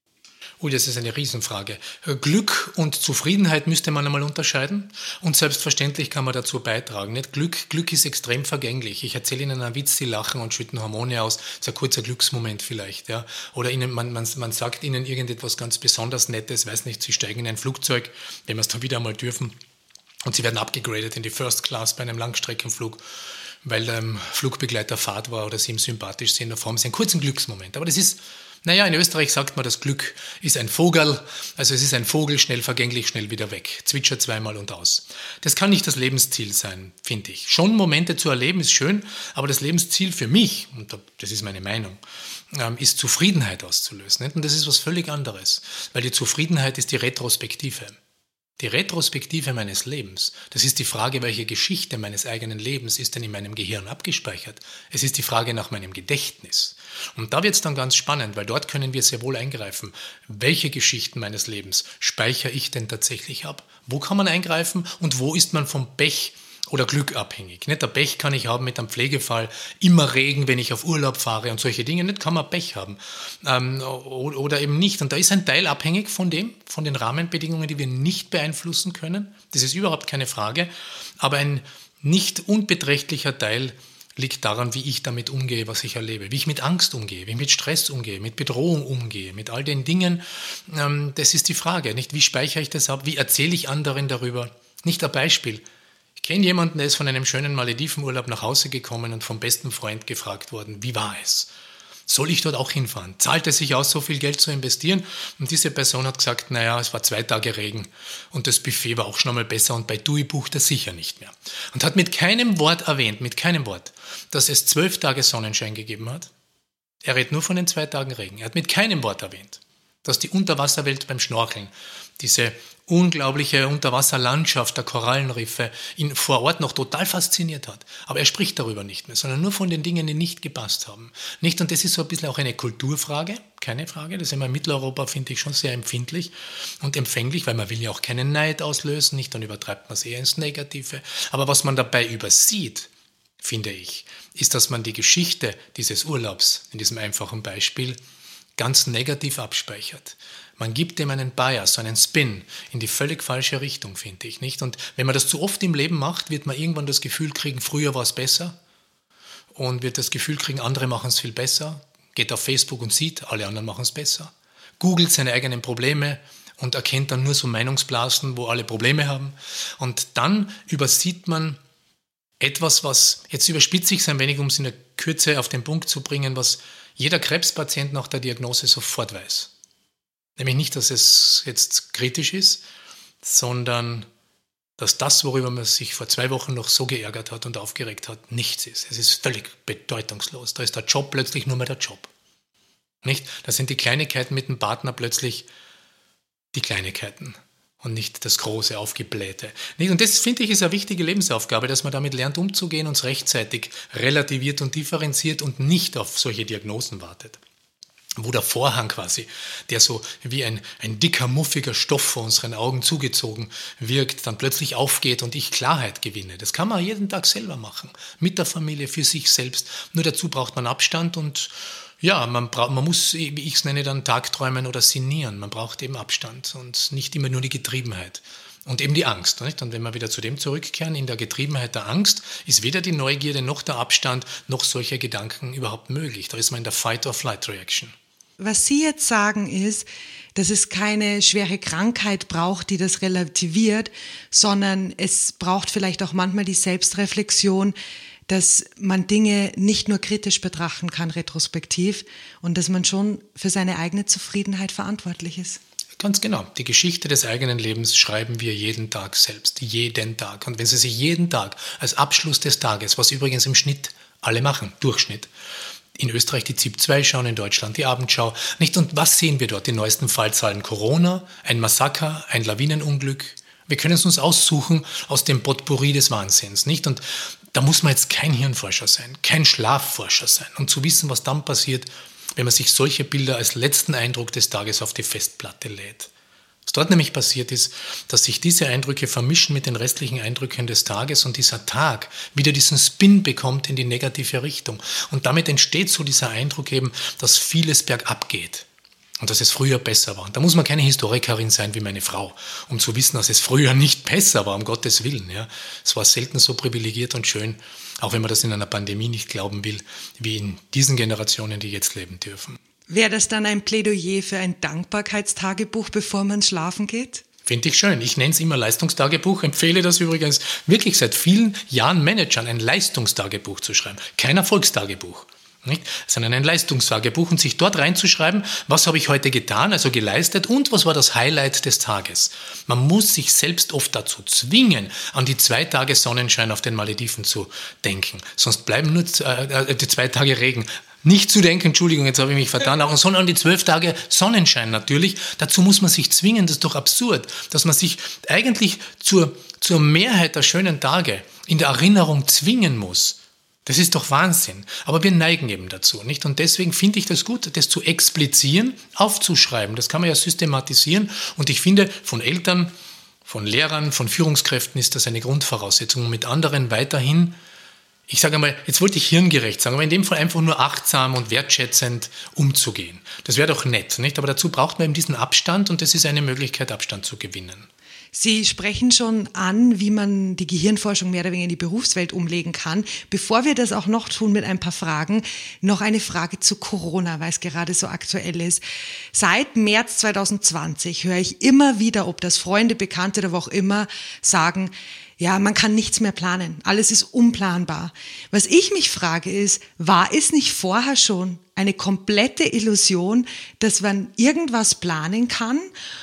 Oh, das ist eine Riesenfrage. Glück und Zufriedenheit müsste man einmal unterscheiden und selbstverständlich kann man dazu beitragen. Nicht? Glück, Glück ist extrem vergänglich. Ich erzähle Ihnen einen Witz, Sie lachen und schütten Hormone aus. Das ist ein kurzer Glücksmoment vielleicht. Ja? Oder Ihnen, man, man, man sagt Ihnen irgendetwas ganz besonders Nettes, weiß nicht, Sie steigen in ein Flugzeug, wenn wir es dann wieder einmal dürfen, und Sie werden abgegradet in die First Class bei einem Langstreckenflug, weil ähm, Flugbegleiter Fahrt war oder Sie ihm sympathisch sind. Da haben Sie einen kurzen Glücksmoment. Aber das ist, naja, in Österreich sagt man, das Glück ist ein Vogel. Also es ist ein Vogel, schnell vergänglich, schnell wieder weg. Zwitschert zweimal und aus. Das kann nicht das Lebensziel sein, finde ich. Schon Momente zu erleben ist schön, aber das Lebensziel für mich, und das ist meine Meinung, ähm, ist Zufriedenheit auszulösen. Nicht? Und das ist was völlig anderes, weil die Zufriedenheit ist die Retrospektive. Die Retrospektive meines Lebens, das ist die Frage, welche Geschichte meines eigenen Lebens ist denn in meinem Gehirn abgespeichert. Es ist die Frage nach meinem Gedächtnis. Und da wird es dann ganz spannend, weil dort können wir sehr wohl eingreifen. Welche Geschichten meines Lebens speichere ich denn tatsächlich ab? Wo kann man eingreifen und wo ist man vom Pech oder Glück abhängig? Nicht? Der Pech kann ich haben mit einem Pflegefall, immer Regen, wenn ich auf Urlaub fahre und solche Dinge. Nicht kann man Pech haben ähm, oder eben nicht. Und da ist ein Teil abhängig von dem, von den Rahmenbedingungen, die wir nicht beeinflussen können. Das ist überhaupt keine Frage. Aber ein nicht unbeträchtlicher Teil liegt daran, wie ich damit umgehe, was ich erlebe, wie ich mit Angst umgehe, wie ich mit Stress umgehe, mit Bedrohung umgehe, mit all den Dingen. Ähm, das ist die Frage. Nicht? Wie speichere ich das ab? Wie erzähle ich anderen darüber? Nicht ein Beispiel. Ich kenne jemanden, der ist von einem schönen Maledivenurlaub nach Hause gekommen und vom besten Freund gefragt worden, wie war es? Soll ich dort auch hinfahren? Zahlt es sich aus, so viel Geld zu investieren? Und diese Person hat gesagt, naja, es war zwei Tage Regen und das Buffet war auch schon einmal besser und bei TUI bucht er sicher nicht mehr. Und hat mit keinem Wort erwähnt, mit keinem Wort, dass es zwölf Tage Sonnenschein gegeben hat. Er redet nur von den zwei Tagen Regen. Er hat mit keinem Wort erwähnt, dass die Unterwasserwelt beim Schnorcheln, diese unglaubliche Unterwasserlandschaft der Korallenriffe ihn vor Ort noch total fasziniert hat. Aber er spricht darüber nicht mehr, sondern nur von den Dingen, die nicht gepasst haben. Nicht? Und das ist so ein bisschen auch eine Kulturfrage, keine Frage. Das ist immer in Mitteleuropa, finde ich, schon sehr empfindlich und empfänglich, weil man will ja auch keinen Neid auslösen, nicht? Dann übertreibt man es eher ins Negative. Aber was man dabei übersieht, finde ich, ist, dass man die Geschichte dieses Urlaubs, in diesem einfachen Beispiel, ganz negativ abspeichert. Man gibt dem einen Bias, einen Spin in die völlig falsche Richtung, finde ich, nicht? Und wenn man das zu oft im Leben macht, wird man irgendwann das Gefühl kriegen, früher war es besser und wird das Gefühl kriegen, andere machen es viel besser, geht auf Facebook und sieht, alle anderen machen es besser, googelt seine eigenen Probleme und erkennt dann nur so Meinungsblasen, wo alle Probleme haben. Und dann übersieht man etwas, was, jetzt überspitze ich es ein wenig, um es in der Kürze auf den Punkt zu bringen, was jeder Krebspatient nach der Diagnose sofort weiß. Nämlich nicht, dass es jetzt kritisch ist, sondern dass das, worüber man sich vor zwei Wochen noch so geärgert hat und aufgeregt hat, nichts ist. Es ist völlig bedeutungslos. Da ist der Job plötzlich nur mehr der Job. Nicht? Da sind die Kleinigkeiten mit dem Partner plötzlich die Kleinigkeiten und nicht das große, aufgeblähte. Und das, finde ich, ist eine wichtige Lebensaufgabe, dass man damit lernt, umzugehen und es rechtzeitig relativiert und differenziert und nicht auf solche Diagnosen wartet. Wo der Vorhang quasi, der so wie ein, ein dicker, muffiger Stoff vor unseren Augen zugezogen wirkt, dann plötzlich aufgeht und ich Klarheit gewinne. Das kann man jeden Tag selber machen, mit der Familie, für sich selbst. Nur dazu braucht man Abstand und ja, man, braucht, man muss, wie ich es nenne, dann Tagträumen oder sinnieren. Man braucht eben Abstand und nicht immer nur die Getriebenheit. Und eben die Angst. Nicht? Und wenn wir wieder zu dem zurückkehren, in der Getriebenheit der Angst, ist weder die Neugierde noch der Abstand noch solche Gedanken überhaupt möglich. Da ist man in der Fight-or-Flight-Reaction. Was Sie jetzt sagen ist, dass es keine schwere Krankheit braucht, die das relativiert, sondern es braucht vielleicht auch manchmal die Selbstreflexion, dass man Dinge nicht nur kritisch betrachten kann, retrospektiv, und dass man schon für seine eigene Zufriedenheit verantwortlich ist. Ganz genau. Die Geschichte des eigenen Lebens schreiben wir jeden Tag selbst. Jeden Tag. Und wenn Sie sich jeden Tag als Abschluss des Tages, was übrigens im Schnitt alle machen, Durchschnitt, in Österreich die Z I P zwei schauen, in Deutschland die Abendschau. Nicht? Und was sehen wir dort? Die neuesten Fallzahlen Corona, ein Massaker, ein Lawinenunglück. Wir können es uns aussuchen aus dem Potpourri des Wahnsinns. Nicht? Und da muss man jetzt kein Hirnforscher sein, kein Schlafforscher sein, um zu wissen, was dann passiert, wenn man sich solche Bilder als letzten Eindruck des Tages auf die Festplatte lädt. Was dort nämlich passiert ist, dass sich diese Eindrücke vermischen mit den restlichen Eindrücken des Tages und dieser Tag wieder diesen Spin bekommt in die negative Richtung. Und damit entsteht so dieser Eindruck eben, dass vieles bergab geht und dass es früher besser war. Und da muss man keine Historikerin sein wie meine Frau, um zu wissen, dass es früher nicht besser war, um Gottes Willen. Ja. Es war selten so privilegiert und schön, auch wenn man das in einer Pandemie nicht glauben will, wie in diesen Generationen, die jetzt leben dürfen. Wäre das dann ein Plädoyer für ein Dankbarkeitstagebuch, bevor man schlafen geht? Finde ich schön. Ich nenne es immer Leistungstagebuch, empfehle das übrigens wirklich seit vielen Jahren Managern, ein Leistungstagebuch zu schreiben. Kein Erfolgstagebuch, nicht? Sondern ein Leistungstagebuch und sich dort reinzuschreiben, was habe ich heute getan, also geleistet und was war das Highlight des Tages. Man muss sich selbst oft dazu zwingen, an die zwei Tage Sonnenschein auf den Malediven zu denken. Sonst bleiben nur äh, die zwei Tage Regen. Nicht zu denken, Entschuldigung, jetzt habe ich mich vertan, auch, sondern an die zwölf Tage Sonnenschein natürlich. Dazu muss man sich zwingen, das ist doch absurd, dass man sich eigentlich zur, zur Mehrheit der schönen Tage in der Erinnerung zwingen muss. Das ist doch Wahnsinn. Aber wir neigen eben dazu, nicht? Und deswegen finde ich das gut, das zu explizieren, aufzuschreiben. Das kann man ja systematisieren. Und ich finde, von Eltern, von Lehrern, von Führungskräften ist das eine Grundvoraussetzung, um mit anderen weiterhin, ich sage einmal, jetzt wollte ich hirngerecht sagen, aber in dem Fall einfach nur achtsam und wertschätzend umzugehen. Das wäre doch nett, nicht? Aber dazu braucht man eben diesen Abstand und das ist eine Möglichkeit, Abstand zu gewinnen. Sie sprechen schon an, wie man die Gehirnforschung mehr oder weniger in die Berufswelt umlegen kann. Bevor wir das auch noch tun mit ein paar Fragen, noch eine Frage zu Corona, weil es gerade so aktuell ist. Seit März zwanzig zwanzig höre ich immer wieder, ob das Freunde, Bekannte oder wo auch immer, sagen, ja, man kann nichts mehr planen. Alles ist unplanbar. Was ich mich frage ist, war es nicht vorher schon eine komplette Illusion, dass man irgendwas planen kann,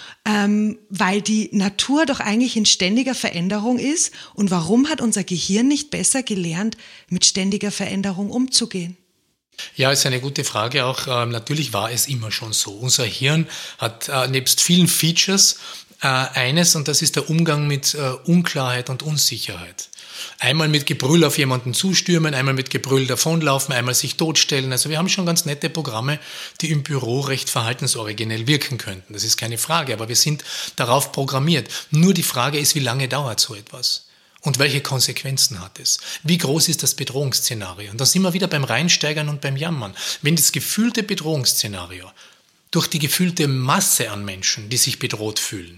ähm, weil die Natur doch eigentlich in ständiger Veränderung ist? Und warum hat unser Gehirn nicht besser gelernt, mit ständiger Veränderung umzugehen? Ja, ist eine gute Frage auch. Ähm, natürlich war es immer schon so. Unser Hirn hat äh, nebst vielen Features äh, eines, und das ist der Umgang mit äh, Unklarheit und Unsicherheit. Einmal mit Gebrüll auf jemanden zustürmen, einmal mit Gebrüll davonlaufen, einmal sich totstellen. Also wir haben schon ganz nette Programme, die im Büro recht verhaltensoriginell wirken könnten. Das ist keine Frage, aber wir sind darauf programmiert. Nur die Frage ist, wie lange dauert so etwas? Und welche Konsequenzen hat es? Wie groß ist das Bedrohungsszenario? Und da sind wir wieder beim Reinsteigern und beim Jammern. Wenn das gefühlte Bedrohungsszenario durch die gefühlte Masse an Menschen, die sich bedroht fühlen,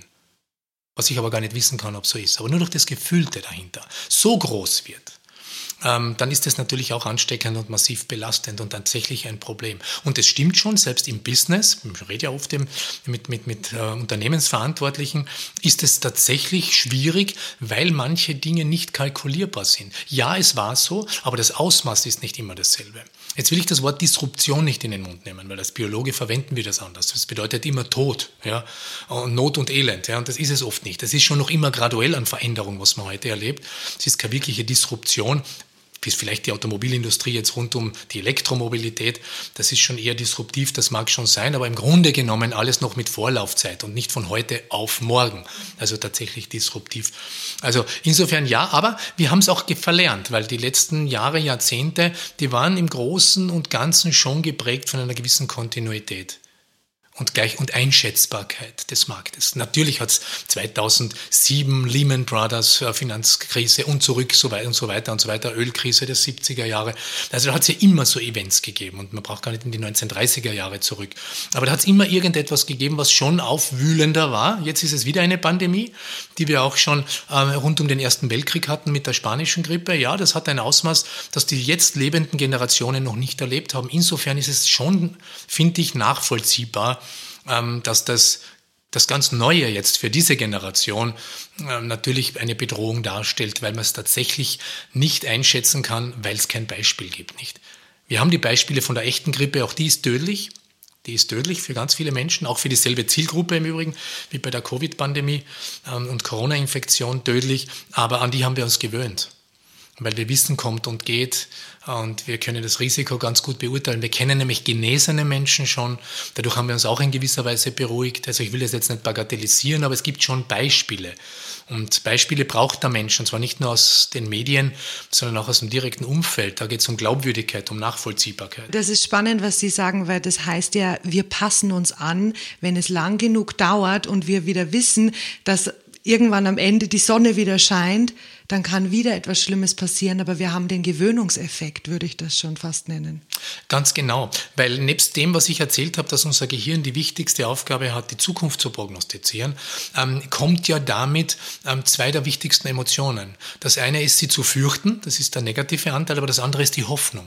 was ich aber gar nicht wissen kann, ob so ist, aber nur durch das Gefühlte dahinter, so groß wird, ähm, dann ist das natürlich auch ansteckend und massiv belastend und tatsächlich ein Problem. Und es stimmt schon, selbst im Business, ich rede ja oft mit, mit, mit äh, Unternehmensverantwortlichen, ist es tatsächlich schwierig, weil manche Dinge nicht kalkulierbar sind. Ja, es war so, aber das Ausmaß ist nicht immer dasselbe. Jetzt will ich das Wort Disruption nicht in den Mund nehmen, weil als Biologe verwenden wir das anders. Das bedeutet immer Tod, ja, und Not und Elend, ja, und das ist es oft nicht. Das ist schon noch immer graduell an Veränderung, was man heute erlebt. Es ist keine wirkliche Disruption. Wie es vielleicht die Automobilindustrie jetzt rund um die Elektromobilität, das ist schon eher disruptiv, das mag schon sein, aber im Grunde genommen alles noch mit Vorlaufzeit und nicht von heute auf morgen. Also tatsächlich disruptiv. Also insofern ja, aber wir haben es auch verlernt, weil die letzten Jahre, Jahrzehnte, die waren im Großen und Ganzen schon geprägt von einer gewissen Kontinuität. Und gleich und Einschätzbarkeit des Marktes. Natürlich hat es zweitausendsieben Lehman Brothers Finanzkrise und zurück so weiter und so weiter und so weiter, Ölkrise der siebziger Jahre. Also da hat es ja immer so Events gegeben und man braucht gar nicht in die neunzehnhundertdreißiger Jahre zurück. Aber da hat es immer irgendetwas gegeben, was schon aufwühlender war. Jetzt ist es wieder eine Pandemie, die wir auch schon äh, rund um den Ersten Weltkrieg hatten mit der spanischen Grippe. Ja, das hat ein Ausmaß, das die jetzt lebenden Generationen noch nicht erlebt haben. Insofern ist es schon, finde ich, nachvollziehbar, dass das, das ganz Neue jetzt für diese Generation natürlich eine Bedrohung darstellt, weil man es tatsächlich nicht einschätzen kann, weil es kein Beispiel gibt. Nicht? Wir haben die Beispiele von der echten Grippe, auch die ist tödlich. Die ist tödlich für ganz viele Menschen, auch für dieselbe Zielgruppe im Übrigen, wie bei der Covid-Pandemie und Corona-Infektion tödlich, aber an die haben wir uns gewöhnt. Weil wir wissen, kommt und geht und wir können das Risiko ganz gut beurteilen. Wir kennen nämlich genesene Menschen schon, dadurch haben wir uns auch in gewisser Weise beruhigt. Also ich will das jetzt nicht bagatellisieren, aber es gibt schon Beispiele. Und Beispiele braucht der Mensch, und zwar nicht nur aus den Medien, sondern auch aus dem direkten Umfeld. Da geht es um Glaubwürdigkeit, um Nachvollziehbarkeit. Das ist spannend, was Sie sagen, weil das heißt ja, wir passen uns an, wenn es lang genug dauert und wir wieder wissen, dass irgendwann am Ende die Sonne wieder scheint, dann kann wieder etwas Schlimmes passieren, aber wir haben den Gewöhnungseffekt, würde ich das schon fast nennen. Ganz genau, weil nebst dem, was ich erzählt habe, dass unser Gehirn die wichtigste Aufgabe hat, die Zukunft zu prognostizieren, ähm, kommt ja damit ähm, zwei der wichtigsten Emotionen. Das eine ist, sie zu fürchten, das ist der negative Anteil, aber das andere ist die Hoffnung.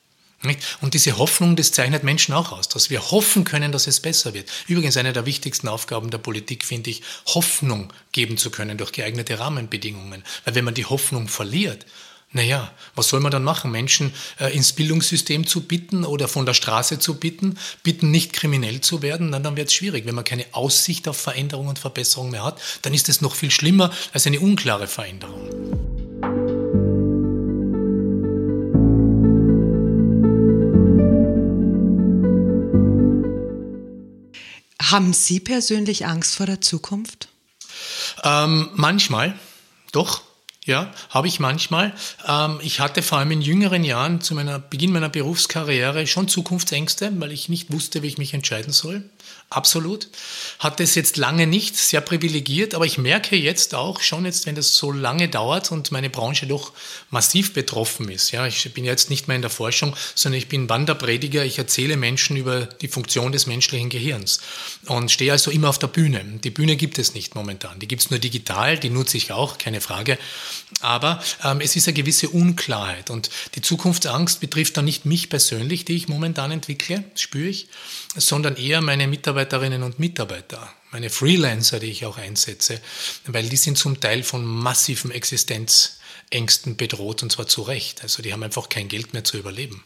Und diese Hoffnung, das zeichnet Menschen auch aus, dass wir hoffen können, dass es besser wird. Übrigens eine der wichtigsten Aufgaben der Politik, finde ich, Hoffnung geben zu können durch geeignete Rahmenbedingungen. Weil wenn man die Hoffnung verliert, naja, was soll man dann machen? Menschen äh, ins Bildungssystem zu bitten oder von der Straße zu bitten, bitten nicht kriminell zu werden, dann, dann wird es schwierig. Wenn man keine Aussicht auf Veränderung und Verbesserung mehr hat, dann ist es noch viel schlimmer als eine unklare Veränderung. Haben Sie persönlich Angst vor der Zukunft? Ähm, manchmal, doch. Ja, habe ich manchmal. Ähm, ich hatte vor allem in jüngeren Jahren zu meiner Beginn meiner Berufskarriere schon Zukunftsängste, weil ich nicht wusste, wie ich mich entscheiden soll. Absolut. Hatte es jetzt lange nicht, sehr privilegiert, aber ich merke jetzt auch schon jetzt, wenn das so lange dauert und meine Branche doch massiv betroffen ist. Ja, ich bin jetzt nicht mehr in der Forschung, sondern ich bin Wanderprediger. Ich erzähle Menschen über die Funktion des menschlichen Gehirns und stehe also immer auf der Bühne. Die Bühne gibt es nicht momentan. Die gibt es nur digital, die nutze ich auch, keine Frage. Aber ähm, es ist eine gewisse Unklarheit und die Zukunftsangst betrifft dann nicht mich persönlich, die ich momentan entwickle, spüre ich, sondern eher meine Mitarbeiterinnen und Mitarbeiter, meine Freelancer, die ich auch einsetze, weil die sind zum Teil von massiven Existenzängsten bedroht und zwar zu Recht. Also die haben einfach kein Geld mehr zu überleben.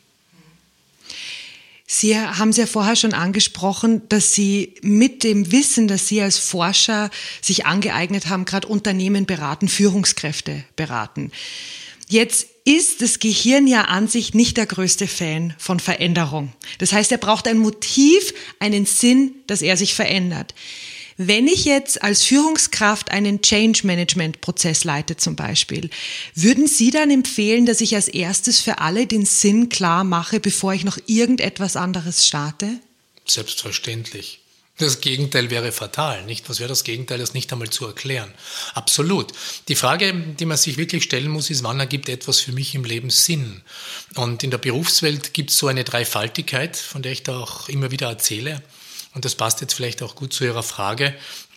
Sie haben es ja vorher schon angesprochen, dass Sie mit dem Wissen, dass Sie als Forscher sich angeeignet haben, gerade Unternehmen beraten, Führungskräfte beraten. Jetzt ist das Gehirn ja an sich nicht der größte Fan von Veränderung. Das heißt, er braucht ein Motiv, einen Sinn, dass er sich verändert. Wenn ich jetzt als Führungskraft einen Change-Management-Prozess leite zum Beispiel, würden Sie dann empfehlen, dass ich als erstes für alle den Sinn klar mache, bevor ich noch irgendetwas anderes starte? Selbstverständlich. Das Gegenteil wäre fatal, nicht? Was wäre das Gegenteil, das nicht einmal zu erklären? Absolut. Die Frage, die man sich wirklich stellen muss, ist, wann ergibt etwas für mich im Leben Sinn? Und in der Berufswelt gibt es so eine Dreifaltigkeit, von der ich da auch immer wieder erzähle. Und das passt jetzt vielleicht auch gut zu Ihrer Frage.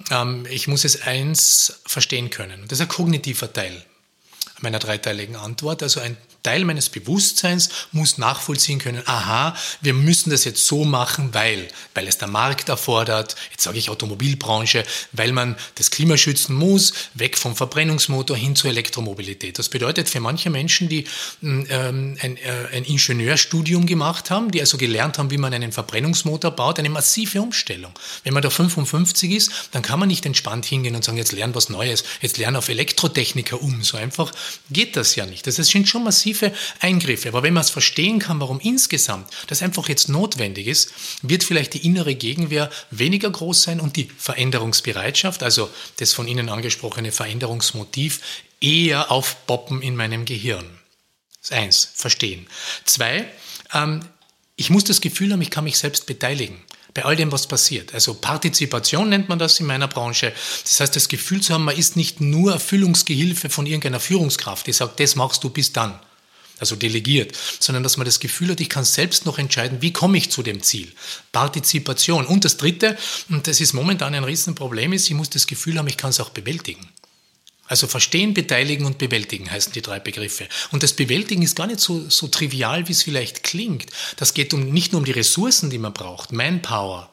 Ich muss es eins verstehen können. Das ist ein kognitiver Teil meiner dreiteiligen Antwort. Also ein Teil meines Bewusstseins muss nachvollziehen können, aha, wir müssen das jetzt so machen, weil, weil es der Markt erfordert, jetzt sage ich Automobilbranche, weil man das Klima schützen muss, weg vom Verbrennungsmotor hin zur Elektromobilität. Das bedeutet für manche Menschen, die ähm, ein, äh, ein Ingenieurstudium gemacht haben, die also gelernt haben, wie man einen Verbrennungsmotor baut, eine massive Umstellung. Wenn man da fünfundfünfzig ist, dann kann man nicht entspannt hingehen und sagen, jetzt lern was Neues, jetzt lern auf Elektrotechniker um. So einfach geht das ja nicht. Das sind schon massiv Eingriffe. Aber wenn man es verstehen kann, warum insgesamt das einfach jetzt notwendig ist, wird vielleicht die innere Gegenwehr weniger groß sein und die Veränderungsbereitschaft, also das von Ihnen angesprochene Veränderungsmotiv, eher aufpoppen in meinem Gehirn. Das ist eins, verstehen. Zwei, ähm, ich muss das Gefühl haben, ich kann mich selbst beteiligen. Bei all dem, was passiert. Also Partizipation nennt man das in meiner Branche. Das heißt, das Gefühl zu haben, man ist nicht nur Erfüllungsgehilfe von irgendeiner Führungskraft, die sagt, das machst du bis dann. Also delegiert, sondern dass man das Gefühl hat, ich kann selbst noch entscheiden, wie komme ich zu dem Ziel. Partizipation. Und das Dritte, und das ist momentan ein Riesenproblem, ist, ich muss das Gefühl haben, ich kann es auch bewältigen. Also verstehen, beteiligen und bewältigen heißen die drei Begriffe. Und das Bewältigen ist gar nicht so, so trivial, wie es vielleicht klingt. Das geht um, nicht nur um die Ressourcen, die man braucht, Manpower,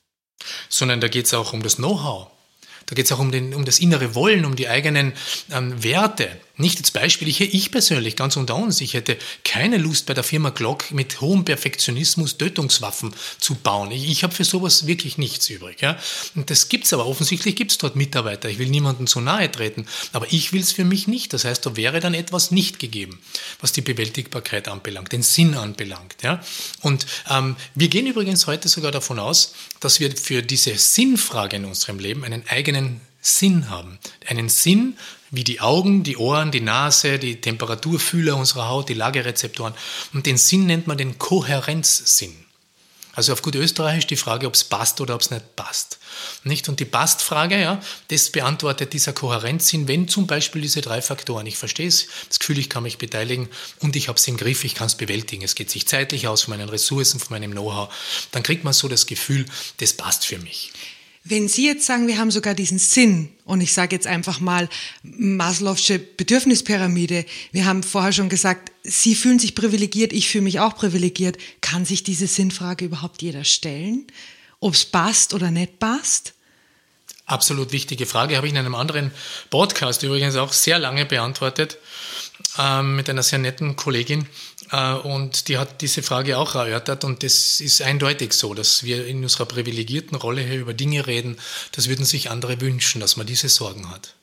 sondern da geht es auch um das Know-how. Da geht es auch um, den, um das innere Wollen, um die eigenen ähm, Werte. Nicht als Beispiel, ich, ich persönlich, ganz unter uns, ich hätte keine Lust bei der Firma Glock mit hohem Perfektionismus Tötungswaffen zu bauen. Ich, ich habe für sowas wirklich nichts übrig. Ja? Und das gibt es aber, offensichtlich gibt es dort Mitarbeiter. Ich will niemandem zu nahe treten, aber ich will es für mich nicht. Das heißt, da wäre dann etwas nicht gegeben, was die Bewältigbarkeit anbelangt, den Sinn anbelangt. Ja? Und ähm, wir gehen übrigens heute sogar davon aus, dass wir für diese Sinnfrage in unserem Leben einen eigenen Sinn haben. Einen Sinn wie die Augen, die Ohren, die Nase, die Temperaturfühler unserer Haut, die Lagerrezeptoren. Und den Sinn nennt man den Kohärenzsinn. Also auf gut Österreichisch die Frage, ob es passt oder ob es nicht passt. Nicht? Und die Passt-Frage, ja, das beantwortet dieser Kohärenzsinn, wenn zum Beispiel diese drei Faktoren, ich verstehe es, das Gefühl, ich kann mich beteiligen und ich habe es im Griff, ich kann es bewältigen. Es geht sich zeitlich aus, von meinen Ressourcen, von meinem Know-how. Dann kriegt man so das Gefühl, das passt für mich. Wenn Sie jetzt sagen, wir haben sogar diesen Sinn, und ich sage jetzt einfach mal Maslow'sche Bedürfnispyramide, wir haben vorher schon gesagt, Sie fühlen sich privilegiert, ich fühle mich auch privilegiert, kann sich diese Sinnfrage überhaupt jeder stellen? Ob es passt oder nicht passt? Absolut wichtige Frage, habe ich in einem anderen Podcast übrigens auch sehr lange beantwortet, äh, mit einer sehr netten Kollegin. Und die hat diese Frage auch erörtert und das ist eindeutig so, dass wir in unserer privilegierten Rolle hier über Dinge reden, das würden sich andere wünschen, dass man diese Sorgen hat.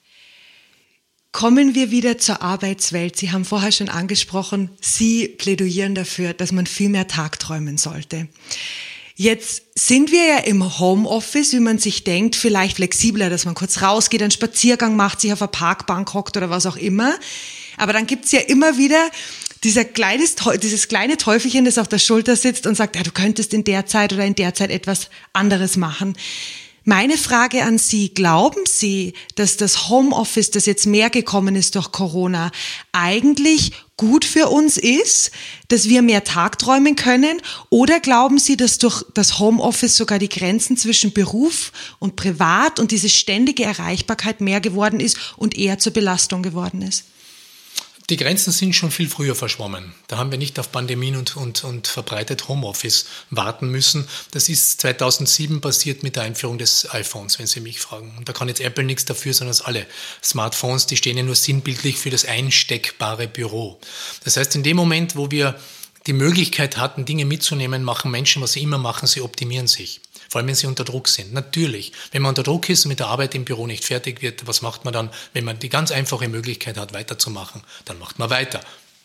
Kommen wir wieder zur Arbeitswelt. Sie haben vorher schon angesprochen, Sie plädieren dafür, dass man viel mehr tagträumen sollte. Jetzt sind wir ja im Homeoffice, wie man sich denkt, vielleicht flexibler, dass man kurz rausgeht, einen Spaziergang macht, sich auf eine Parkbank hockt oder was auch immer. Aber dann gibt's ja immer wieder dieser kleines, dieses kleine Teufelchen, das auf der Schulter sitzt und sagt, ja, du könntest in der Zeit oder in der Zeit etwas anderes machen. Meine Frage an Sie, glauben Sie, dass das Homeoffice, das jetzt mehr gekommen ist durch Corona, eigentlich gut für uns ist, dass wir mehr tagträumen können? Oder glauben Sie, dass durch das Homeoffice sogar die Grenzen zwischen Beruf und Privat und diese ständige Erreichbarkeit mehr geworden ist und eher zur Belastung geworden ist? Die Grenzen sind schon viel früher verschwommen. Da haben wir nicht auf Pandemien und, und, und verbreitet Homeoffice warten müssen. Das ist zweitausendsieben passiert mit der Einführung des iPhones, wenn Sie mich fragen. Und da kann jetzt Apple nichts dafür, sondern alle Smartphones, die stehen ja nur sinnbildlich für das einsteckbare Büro. Das heißt, in dem Moment, wo wir die Möglichkeit hatten, Dinge mitzunehmen, machen Menschen, was sie immer machen, sie optimieren sich. Vor allem, wenn sie unter Druck sind. Natürlich, wenn man unter Druck ist und mit der Arbeit im Büro nicht fertig wird, was macht man dann, wenn man die ganz einfache Möglichkeit hat, weiterzumachen? Dann macht man weiter.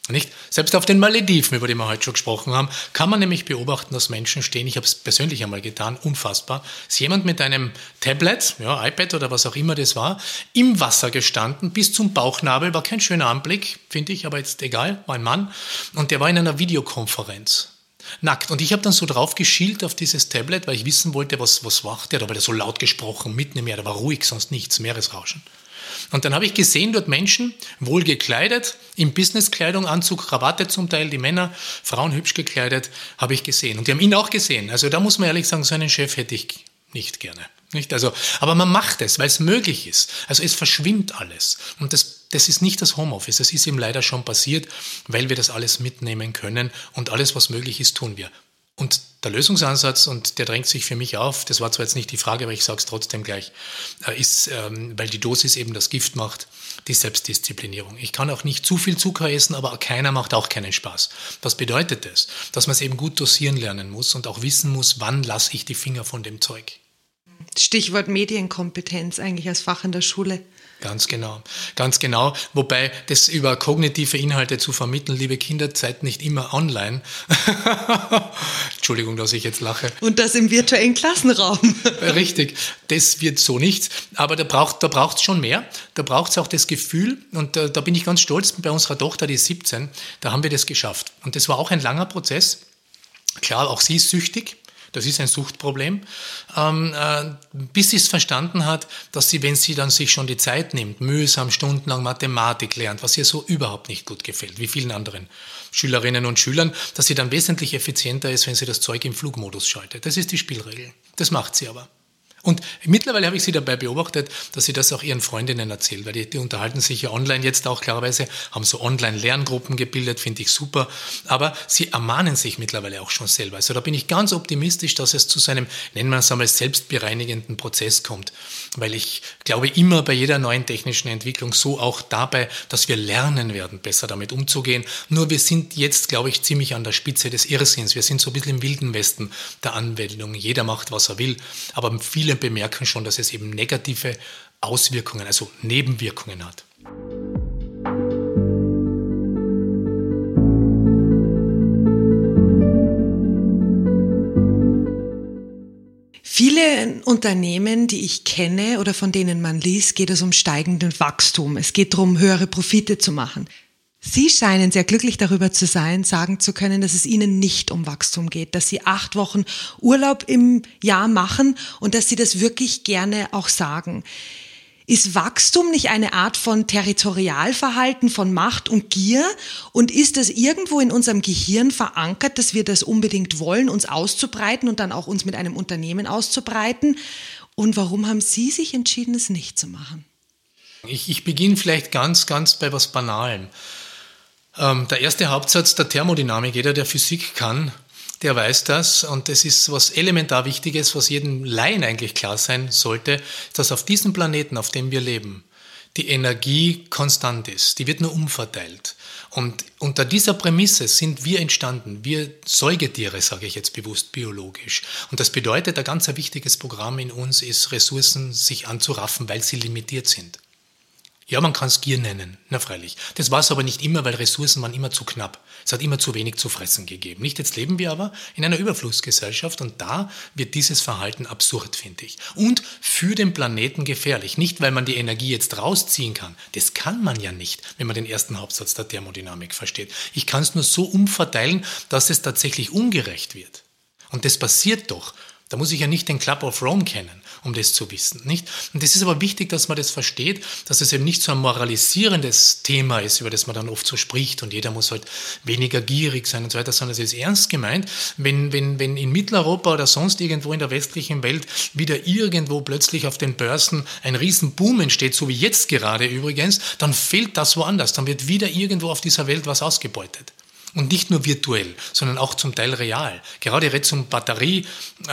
Nicht? Selbst auf den Malediven, über die wir heute schon gesprochen haben, kann man nämlich beobachten, dass Menschen stehen, ich habe es persönlich einmal getan, unfassbar, ist jemand mit einem Tablet, ja, iPad oder was auch immer das war, im Wasser gestanden, bis zum Bauchnabel, war kein schöner Anblick, finde ich, aber jetzt egal, war ein Mann, und der war in einer Videokonferenz. Nackt. Und ich habe dann so drauf geschielt auf dieses Tablet, weil ich wissen wollte, was, was macht der, da war der so laut gesprochen, mitten im Meer, da war ruhig, sonst nichts, Meeresrauschen. Und dann habe ich gesehen, dort Menschen, wohl gekleidet, in Businesskleidung, Anzug, Krawatte zum Teil, die Männer, Frauen hübsch gekleidet, habe ich gesehen. Und die haben ihn auch gesehen. Also da muss man ehrlich sagen, so einen Chef hätte ich nicht gerne. Nicht? Also, aber man macht es, weil es möglich ist. Also es verschwimmt alles. Und das, das ist nicht das Homeoffice. Das ist ihm leider schon passiert, weil wir das alles mitnehmen können. Und alles, was möglich ist, tun wir. Und der Lösungsansatz, und der drängt sich für mich auf, das war zwar jetzt nicht die Frage, aber ich sage es trotzdem gleich, ist, weil die Dosis eben das Gift macht, die Selbstdisziplinierung. Ich kann auch nicht zu viel Zucker essen, aber keiner macht auch keinen Spaß. Was bedeutet das? Dass man es eben gut dosieren lernen muss und auch wissen muss, wann lasse ich die Finger von dem Zeug. Stichwort Medienkompetenz eigentlich als Fach in der Schule. Ganz genau, ganz genau. Wobei das über kognitive Inhalte zu vermitteln, liebe Kinder, seid nicht immer online. Entschuldigung, dass ich jetzt lache. Und das im virtuellen Klassenraum. Richtig, das wird so nichts. Aber da braucht da braucht's schon mehr. Da braucht es auch das Gefühl, und da, da bin ich ganz stolz, bei unserer Tochter, die ist siebzehn, da haben wir das geschafft. Und das war auch ein langer Prozess. Klar, auch sie ist süchtig. Das ist ein Suchtproblem, ähm, äh, bis sie es verstanden hat, dass sie, wenn sie dann sich schon die Zeit nimmt, mühsam stundenlang Mathematik lernt, was ihr so überhaupt nicht gut gefällt, wie vielen anderen Schülerinnen und Schülern, dass sie dann wesentlich effizienter ist, wenn sie das Zeug im Flugmodus schaltet. Das ist die Spielregel. Das macht sie aber. Und mittlerweile habe ich sie dabei beobachtet, dass sie das auch ihren Freundinnen erzählt, weil die, die unterhalten sich ja online jetzt auch klarerweise, haben so Online-Lerngruppen gebildet, finde ich super, aber sie ermahnen sich mittlerweile auch schon selber. Also da bin ich ganz optimistisch, dass es zu seinem, nennen wir es einmal, selbstbereinigenden Prozess kommt, weil ich glaube immer bei jeder neuen technischen Entwicklung, so auch dabei, dass wir lernen werden, besser damit umzugehen. Nur wir sind jetzt, glaube ich, ziemlich an der Spitze des Irrsinns. Wir sind so ein bisschen im Wilden Westen der Anwendung. Jeder macht, was er will, aber viele bemerken schon, dass es eben negative Auswirkungen, also Nebenwirkungen hat. Viele Unternehmen, die ich kenne oder von denen man liest, geht es um steigenden Wachstum. Es geht darum, höhere Profite zu machen. Sie scheinen sehr glücklich darüber zu sein, sagen zu können, dass es Ihnen nicht um Wachstum geht, dass Sie acht Wochen Urlaub im Jahr machen und dass Sie das wirklich gerne auch sagen. Ist Wachstum nicht eine Art von Territorialverhalten, von Macht und Gier? Und ist es irgendwo in unserem Gehirn verankert, dass wir das unbedingt wollen, uns auszubreiten und dann auch uns mit einem Unternehmen auszubreiten? Und warum haben Sie sich entschieden, es nicht zu machen? Ich, ich beginne vielleicht ganz, ganz bei was Banalem. Ähm, der erste Hauptsatz der Thermodynamik, jeder, der Physik kann, der weiß das, und das ist was elementar Wichtiges, was jedem Laien eigentlich klar sein sollte, dass auf diesem Planeten, auf dem wir leben, die Energie konstant ist. Die wird nur umverteilt. Und unter dieser Prämisse sind wir entstanden, wir Säugetiere, sage ich jetzt bewusst biologisch. Und das bedeutet, ein ganz wichtiges Programm in uns ist, Ressourcen sich anzuraffen, weil sie limitiert sind. Ja, man kann es Gier nennen, na freilich. Das war es aber nicht immer, weil Ressourcen waren immer zu knapp. Es hat immer zu wenig zu fressen gegeben. Nicht, jetzt leben wir aber in einer Überflussgesellschaft und da wird dieses Verhalten absurd, finde ich. Und für den Planeten gefährlich. Nicht, weil man die Energie jetzt rausziehen kann. Das kann man ja nicht, wenn man den ersten Hauptsatz der Thermodynamik versteht. Ich kann es nur so umverteilen, dass es tatsächlich ungerecht wird. Und das passiert doch. Da muss ich ja nicht den Club of Rome kennen, um das zu wissen, nicht? Und es ist aber wichtig, dass man das versteht, dass es eben nicht so ein moralisierendes Thema ist, über das man dann oft so spricht und jeder muss halt weniger gierig sein und so weiter, sondern es ist ernst gemeint, wenn, wenn, wenn in Mitteleuropa oder sonst irgendwo in der westlichen Welt wieder irgendwo plötzlich auf den Börsen ein Riesenboom entsteht, so wie jetzt gerade übrigens, dann fehlt das woanders, dann wird wieder irgendwo auf dieser Welt was ausgebeutet. Und nicht nur virtuell, sondern auch zum Teil real. Gerade jetzt um Batteriefabriken,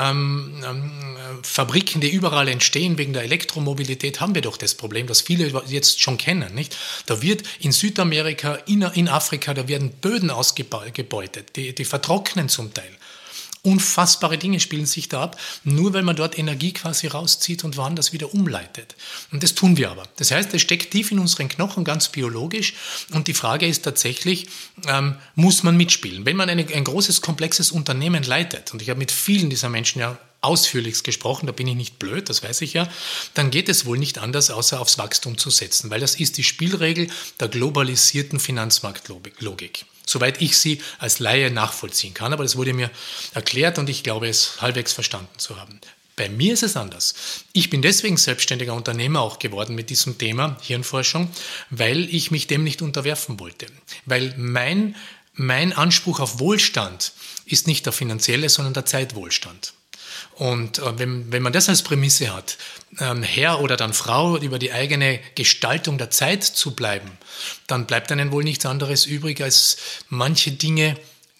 ähm, die überall entstehen wegen der Elektromobilität, haben wir doch das Problem, das viele jetzt schon kennen. Nicht? Da wird in Südamerika, in, in Afrika, da werden Böden ausgebeutet, die, die vertrocknen zum Teil. Unfassbare Dinge spielen sich da ab, nur weil man dort Energie quasi rauszieht und woanders wieder umleitet. Und das tun wir aber. Das heißt, es steckt tief in unseren Knochen, ganz biologisch. Und die Frage ist tatsächlich, ähm, muss man mitspielen? Wenn man eine, ein großes, komplexes Unternehmen leitet, und ich habe mit vielen dieser Menschen ja ausführlichst gesprochen, da bin ich nicht blöd, das weiß ich ja, dann geht es wohl nicht anders, außer aufs Wachstum zu setzen, weil das ist die Spielregel der globalisierten Finanzmarktlogik. Soweit ich sie als Laie nachvollziehen kann, aber das wurde mir erklärt und ich glaube, es halbwegs verstanden zu haben. Bei mir ist es anders. Ich bin deswegen selbstständiger Unternehmer auch geworden mit diesem Thema Hirnforschung, weil ich mich dem nicht unterwerfen wollte. Weil mein, mein Anspruch auf Wohlstand ist nicht der finanzielle, sondern der Zeitwohlstand. Und äh, wenn, wenn man das als Prämisse hat, ähm, Herr oder dann Frau über die eigene Gestaltung der Zeit zu bleiben, dann bleibt einem wohl nichts anderes übrig, als manche Dinge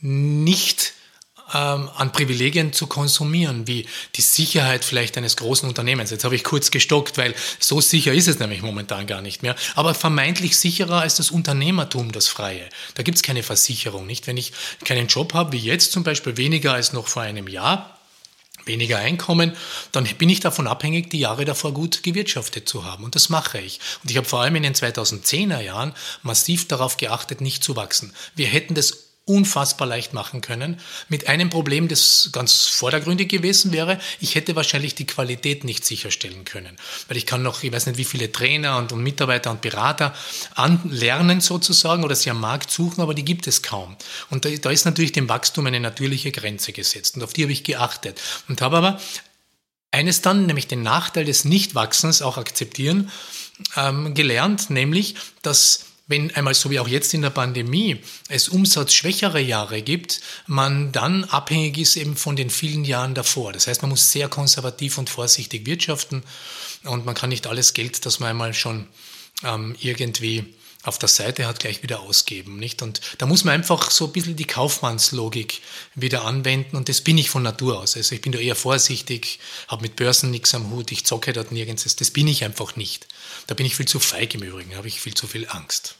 nicht ähm, an Privilegien zu konsumieren, wie die Sicherheit vielleicht eines großen Unternehmens. Jetzt habe ich kurz gestockt, weil so sicher ist es nämlich momentan gar nicht mehr, aber vermeintlich sicherer als das Unternehmertum, das Freie. Da gibt es keine Versicherung, nicht? Wenn ich keinen Job habe, wie jetzt zum Beispiel, weniger als noch vor einem Jahr, weniger Einkommen, dann bin ich davon abhängig, die Jahre davor gut gewirtschaftet zu haben. Und das mache ich. Und ich habe vor allem in den zweitausendzehner Jahren massiv darauf geachtet, nicht zu wachsen. Wir hätten das unfassbar leicht machen können, mit einem Problem, das ganz vordergründig gewesen wäre, ich hätte wahrscheinlich die Qualität nicht sicherstellen können. Weil ich kann noch, ich weiß nicht, wie viele Trainer und, und Mitarbeiter und Berater anlernen sozusagen oder sie am Markt suchen, aber die gibt es kaum. Und da, da ist natürlich dem Wachstum eine natürliche Grenze gesetzt und auf die habe ich geachtet. Und habe aber eines dann, nämlich den Nachteil des Nichtwachsens auch akzeptieren ähm, gelernt, nämlich, dass wenn einmal so wie auch jetzt in der Pandemie es umsatzschwächere Jahre gibt, man dann abhängig ist eben von den vielen Jahren davor. Das heißt, man muss sehr konservativ und vorsichtig wirtschaften und man kann nicht alles Geld, das man einmal schon ähm, irgendwie auf der Seite hat, gleich wieder ausgeben, nicht? Und da muss man einfach so ein bisschen die Kaufmannslogik wieder anwenden und das bin ich von Natur aus. Also ich bin da eher vorsichtig, habe mit Börsen nichts am Hut, ich zocke dort nirgends, das bin ich einfach nicht. Da bin ich viel zu feig im Übrigen, da habe ich viel zu viel Angst.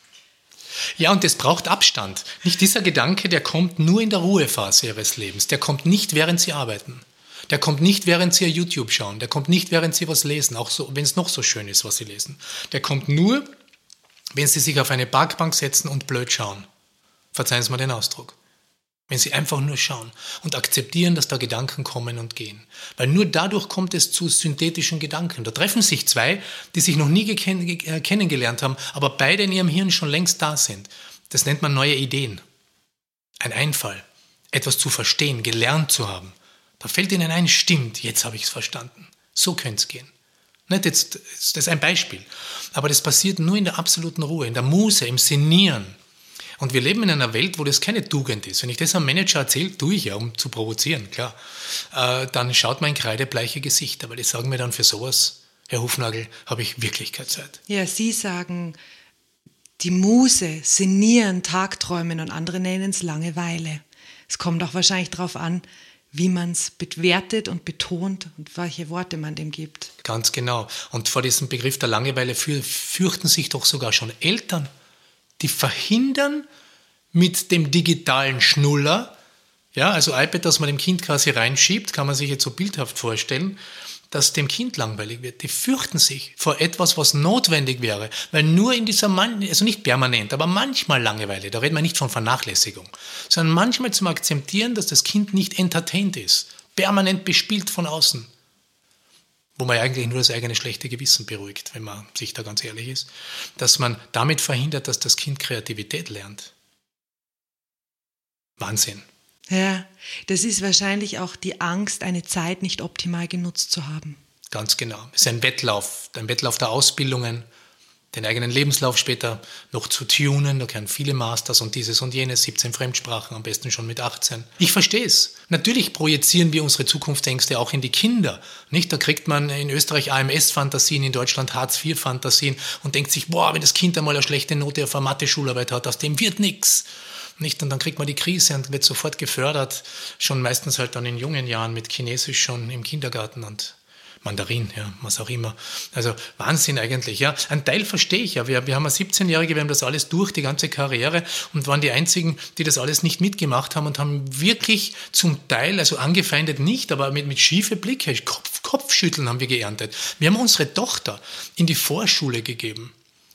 Ja, und das braucht Abstand. Nicht dieser Gedanke, der kommt nur in der Ruhephase Ihres Lebens, der kommt nicht, während Sie arbeiten. Der kommt nicht, während Sie YouTube schauen, der kommt nicht, während Sie was lesen, auch so, wenn es noch so schön ist, was Sie lesen. Der kommt nur, wenn Sie sich auf eine Parkbank setzen und blöd schauen. Verzeihen Sie mir den Ausdruck. Wenn Sie einfach nur schauen und akzeptieren, dass da Gedanken kommen und gehen. Weil nur dadurch kommt es zu synthetischen Gedanken. Da treffen sich zwei, die sich noch nie geken- kennengelernt haben, aber beide in ihrem Hirn schon längst da sind. Das nennt man neue Ideen. Ein Einfall. Etwas zu verstehen, gelernt zu haben. Da fällt Ihnen ein, stimmt, jetzt habe ich es verstanden. So könnte es gehen. Nicht jetzt, das ist ein Beispiel. Aber das passiert nur in der absoluten Ruhe, in der Muße, im Sinnieren. Und wir leben in einer Welt, wo das keine Tugend ist. Wenn ich das einem Manager erzähle, tue ich ja, um zu provozieren, klar. Äh, dann schaut mein kreidebleiche Gesichter, weil die sagen mir dann, für sowas, Herr Hufnagel, habe ich Wirklichkeitszeit. Ja, Sie sagen, die Muse, Sinnieren, Tagträumen und andere nennen es Langeweile. Es kommt auch wahrscheinlich darauf an, wie man es bewertet und betont und welche Worte man dem gibt. Ganz genau. Und vor diesem Begriff der Langeweile für, fürchten sich doch sogar schon Eltern. Die verhindern mit dem digitalen Schnuller, ja, also iPad, das man dem Kind quasi reinschiebt, kann man sich jetzt so bildhaft vorstellen, dass dem Kind langweilig wird. Die fürchten sich vor etwas, was notwendig wäre, weil nur in dieser, Man- also nicht permanent, aber manchmal Langeweile, da reden wir nicht von Vernachlässigung, sondern manchmal zum Akzeptieren, dass das Kind nicht entertained ist, permanent bespielt von außen. Wo man eigentlich nur das eigene schlechte Gewissen beruhigt, wenn man sich da ganz ehrlich ist, dass man damit verhindert, dass das Kind Kreativität lernt. Wahnsinn. Ja, das ist wahrscheinlich auch die Angst, eine Zeit nicht optimal genutzt zu haben. Ganz genau. Es ist ein Wettlauf, ein Wettlauf der Ausbildungen, den eigenen Lebenslauf später noch zu tunen. Da gehören viele Masters und dieses und jenes, siebzehn Fremdsprachen, am besten schon mit achtzehn. Ich verstehe es. Natürlich projizieren wir unsere Zukunftsängste auch in die Kinder. Nicht? Da kriegt man in Österreich A M S-Fantasien, in Deutschland Hartz vier Fantasien und denkt sich, boah, wenn das Kind einmal eine schlechte Note auf eine Mathe-Schularbeit hat, aus dem wird nichts. Nicht? Und dann kriegt man die Krise und wird sofort gefördert, schon meistens halt dann in jungen Jahren mit Chinesisch schon im Kindergarten und Mandarin, ja, was auch immer. Also Wahnsinn eigentlich, ja. Ein Teil verstehe ich ja. Wir, wir haben eine siebzehnjährige, wir haben das alles durch, die ganze Karriere und waren die Einzigen, die das alles nicht mitgemacht haben und haben wirklich zum Teil, also angefeindet nicht, aber mit, mit schiefe Blicke, Kopf, Kopfschütteln haben wir geerntet. Wir haben unsere Tochter in die Vorschule gegeben.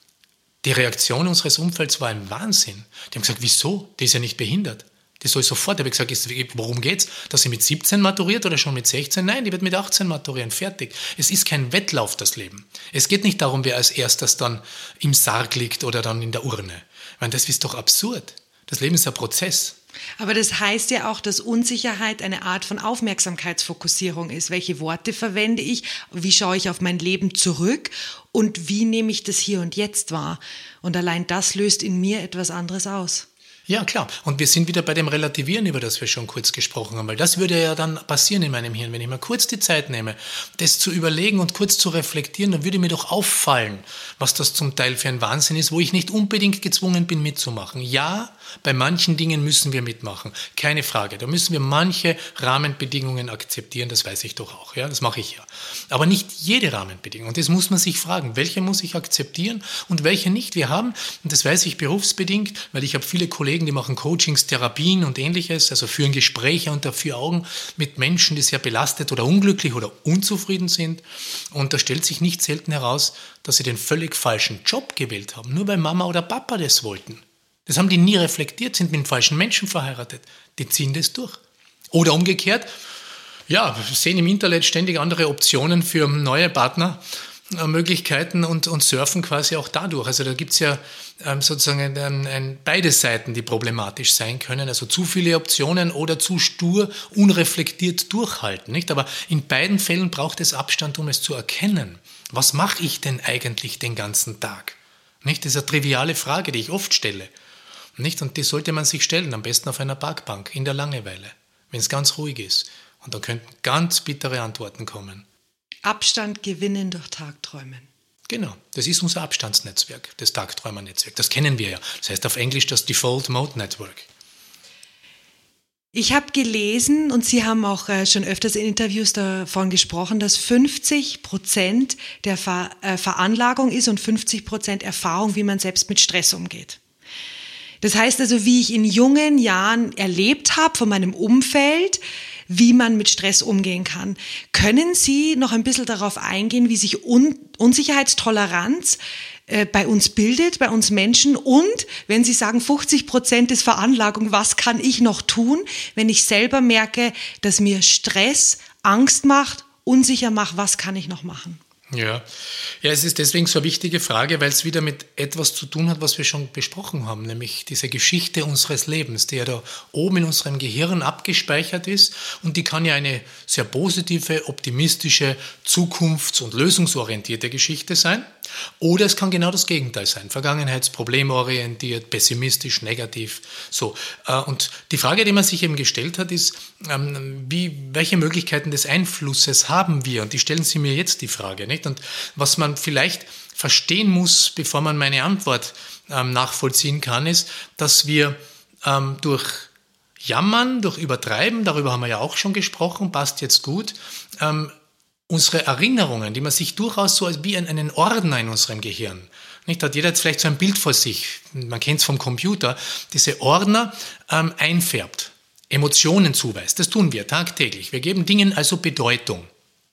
Die Reaktion unseres Umfelds war ein Wahnsinn. Die haben gesagt, wieso? Die ist ja nicht behindert. Die soll sofort, da habe ich gesagt, worum geht's? Dass sie mit siebzehn maturiert oder schon mit sechzehn? Nein, die wird mit achtzehn maturieren, fertig. Es ist kein Wettlauf, das Leben. Es geht nicht darum, wer als erstes dann im Sarg liegt oder dann in der Urne. Ich meine, das ist doch absurd. Das Leben ist ein Prozess. Aber das heißt ja auch, dass Unsicherheit eine Art von Aufmerksamkeitsfokussierung ist. Welche Worte verwende ich? Wie schaue ich auf mein Leben zurück? Und wie nehme ich das hier und jetzt wahr? Und allein das löst in mir etwas anderes aus. Ja, klar. Und wir sind wieder bei dem Relativieren, über das wir schon kurz gesprochen haben, weil das würde ja dann passieren in meinem Hirn. Wenn ich mal kurz die Zeit nehme, das zu überlegen und kurz zu reflektieren, dann würde mir doch auffallen, was das zum Teil für ein Wahnsinn ist, wo ich nicht unbedingt gezwungen bin mitzumachen. Ja, bei manchen Dingen müssen wir mitmachen, keine Frage. Da müssen wir manche Rahmenbedingungen akzeptieren, das weiß ich doch auch, ja, das mache ich ja. Aber nicht jede Rahmenbedingung. Und das muss man sich fragen, welche muss ich akzeptieren und welche nicht. Wir haben, und das weiß ich berufsbedingt, weil ich habe viele Kollegen, die machen Coachings, Therapien und Ähnliches, also führen Gespräche unter vier Augen mit Menschen, die sehr belastet oder unglücklich oder unzufrieden sind. Und da stellt sich nicht selten heraus, dass sie den völlig falschen Job gewählt haben, nur weil Mama oder Papa das wollten. Das haben die nie reflektiert, sind mit den falschen Menschen verheiratet. Die ziehen das durch. Oder umgekehrt, ja, wir sehen im Internet ständig andere Optionen für neue Partnermöglichkeiten und, und surfen quasi auch dadurch. Also da gibt es ja ähm, sozusagen ein, ein, ein, beide Seiten, die problematisch sein können. Also zu viele Optionen oder zu stur, unreflektiert durchhalten. Nicht? Aber in beiden Fällen braucht es Abstand, um es zu erkennen. Was mache ich denn eigentlich den ganzen Tag? Nicht? Das ist eine triviale Frage, die ich oft stelle. Nicht? Und die sollte man sich stellen, am besten auf einer Parkbank, in der Langeweile, wenn es ganz ruhig ist. Und da könnten ganz bittere Antworten kommen. Abstand gewinnen durch Tagträumen. Genau, das ist unser Abstandsnetzwerk, das Tagträumernetzwerk. Das kennen wir ja. Das heißt auf Englisch das Default Mode Network. Ich habe gelesen, und Sie haben auch äh, schon öfters in Interviews davon gesprochen, dass fünfzig Prozent der Ver- äh, Veranlagung ist und fünfzig Prozent Erfahrung, wie man selbst mit Stress umgeht. Das heißt also, wie ich in jungen Jahren erlebt habe von meinem Umfeld, wie man mit Stress umgehen kann. Können Sie noch ein bisschen darauf eingehen, wie sich Un- Unsicherheitstoleranz äh, bei uns bildet, bei uns Menschen? Und wenn Sie sagen, fünfzig Prozent ist Veranlagung, was kann ich noch tun, wenn ich selber merke, dass mir Stress Angst macht, unsicher macht, was kann ich noch machen? Ja. ja, es ist deswegen so eine wichtige Frage, weil es wieder mit etwas zu tun hat, was wir schon besprochen haben, nämlich diese Geschichte unseres Lebens, die ja da oben in unserem Gehirn abgespeichert ist und die kann ja eine sehr positive, optimistische, zukunfts- und lösungsorientierte Geschichte sein oder es kann genau das Gegenteil sein, vergangenheitsproblemorientiert, pessimistisch, negativ. So. Und die Frage, die man sich eben gestellt hat, ist, wie, welche Möglichkeiten des Einflusses haben wir? Und die stellen Sie mir jetzt die Frage, nicht? Und was man vielleicht verstehen muss, bevor man meine Antwort ähm, nachvollziehen kann, ist, dass wir ähm, durch Jammern, durch Übertreiben, darüber haben wir ja auch schon gesprochen, passt jetzt gut, ähm, unsere Erinnerungen, die man sich durchaus so als wie einen Ordner in unserem Gehirn, nicht, hat jeder jetzt vielleicht so ein Bild vor sich, man kennt es vom Computer, diese Ordner ähm, einfärbt, Emotionen zuweist, das tun wir tagtäglich. Wir geben Dingen also Bedeutung.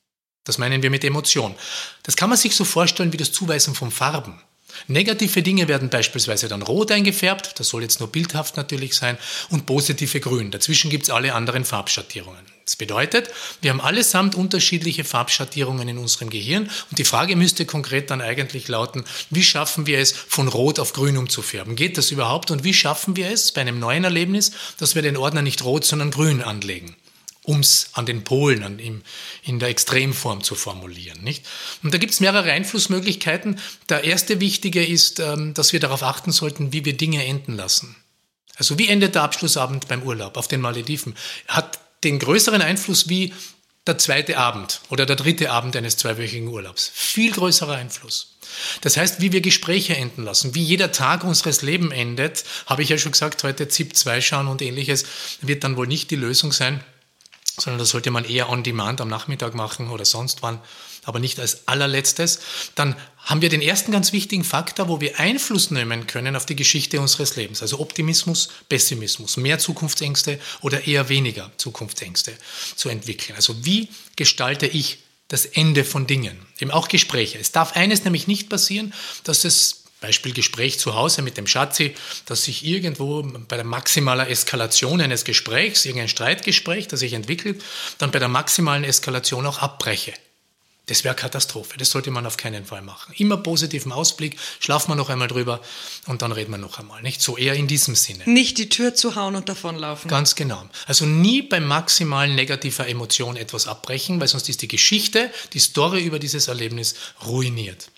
Das meinen wir mit Emotion. Das kann man sich so vorstellen wie das Zuweisen von Farben. Negative Dinge werden beispielsweise dann rot eingefärbt, das soll jetzt nur bildhaft natürlich sein, und positive grün. Dazwischen gibt es alle anderen Farbschattierungen. Das bedeutet, wir haben allesamt unterschiedliche Farbschattierungen in unserem Gehirn und die Frage müsste konkret dann eigentlich lauten, wie schaffen wir es, von rot auf grün umzufärben? Geht das überhaupt? Und wie schaffen wir es bei einem neuen Erlebnis, dass wir den Ordner nicht rot, sondern grün anlegen? Um es an den Polen, an ihm, in der Extremform zu formulieren. Nicht? Und da gibt es mehrere Einflussmöglichkeiten. Der erste wichtige ist, dass wir darauf achten sollten, wie wir Dinge enden lassen. Also wie endet der Abschlussabend beim Urlaub auf den Malediven? Hat den größeren Einfluss wie der zweite Abend oder der dritte Abend eines zweiwöchigen Urlaubs. Viel größerer Einfluss. Das heißt, wie wir Gespräche enden lassen, wie jeder Tag unseres Lebens endet, habe ich ja schon gesagt, heute ZIP zwei schauen und Ähnliches, wird dann wohl nicht die Lösung sein, sondern das sollte man eher on demand am Nachmittag machen oder sonst wann. aber nicht als allerletztes, dann haben wir den ersten ganz wichtigen Faktor, wo wir Einfluss nehmen können auf die Geschichte unseres Lebens. Also Optimismus, Pessimismus, mehr Zukunftsängste oder eher weniger Zukunftsängste zu entwickeln. Also wie gestalte ich das Ende von Dingen? Eben auch Gespräche. Es darf eines nämlich nicht passieren, dass es, Beispiel Gespräch zu Hause mit dem Schatzi, dass ich irgendwo bei der maximalen Eskalation eines Gesprächs, irgendein Streitgespräch, das sich entwickelt, dann bei der maximalen Eskalation auch abbreche. Das wäre Katastrophe. Das sollte man auf keinen Fall machen. Immer positiven Ausblick, schlafen wir noch einmal drüber und dann reden wir noch einmal. Nicht so eher in diesem Sinne. Nicht die Tür zuhauen und davonlaufen. Ganz genau. Also nie bei maximalen negativer Emotion etwas abbrechen, weil sonst ist die Geschichte, die Story über dieses Erlebnis ruiniert.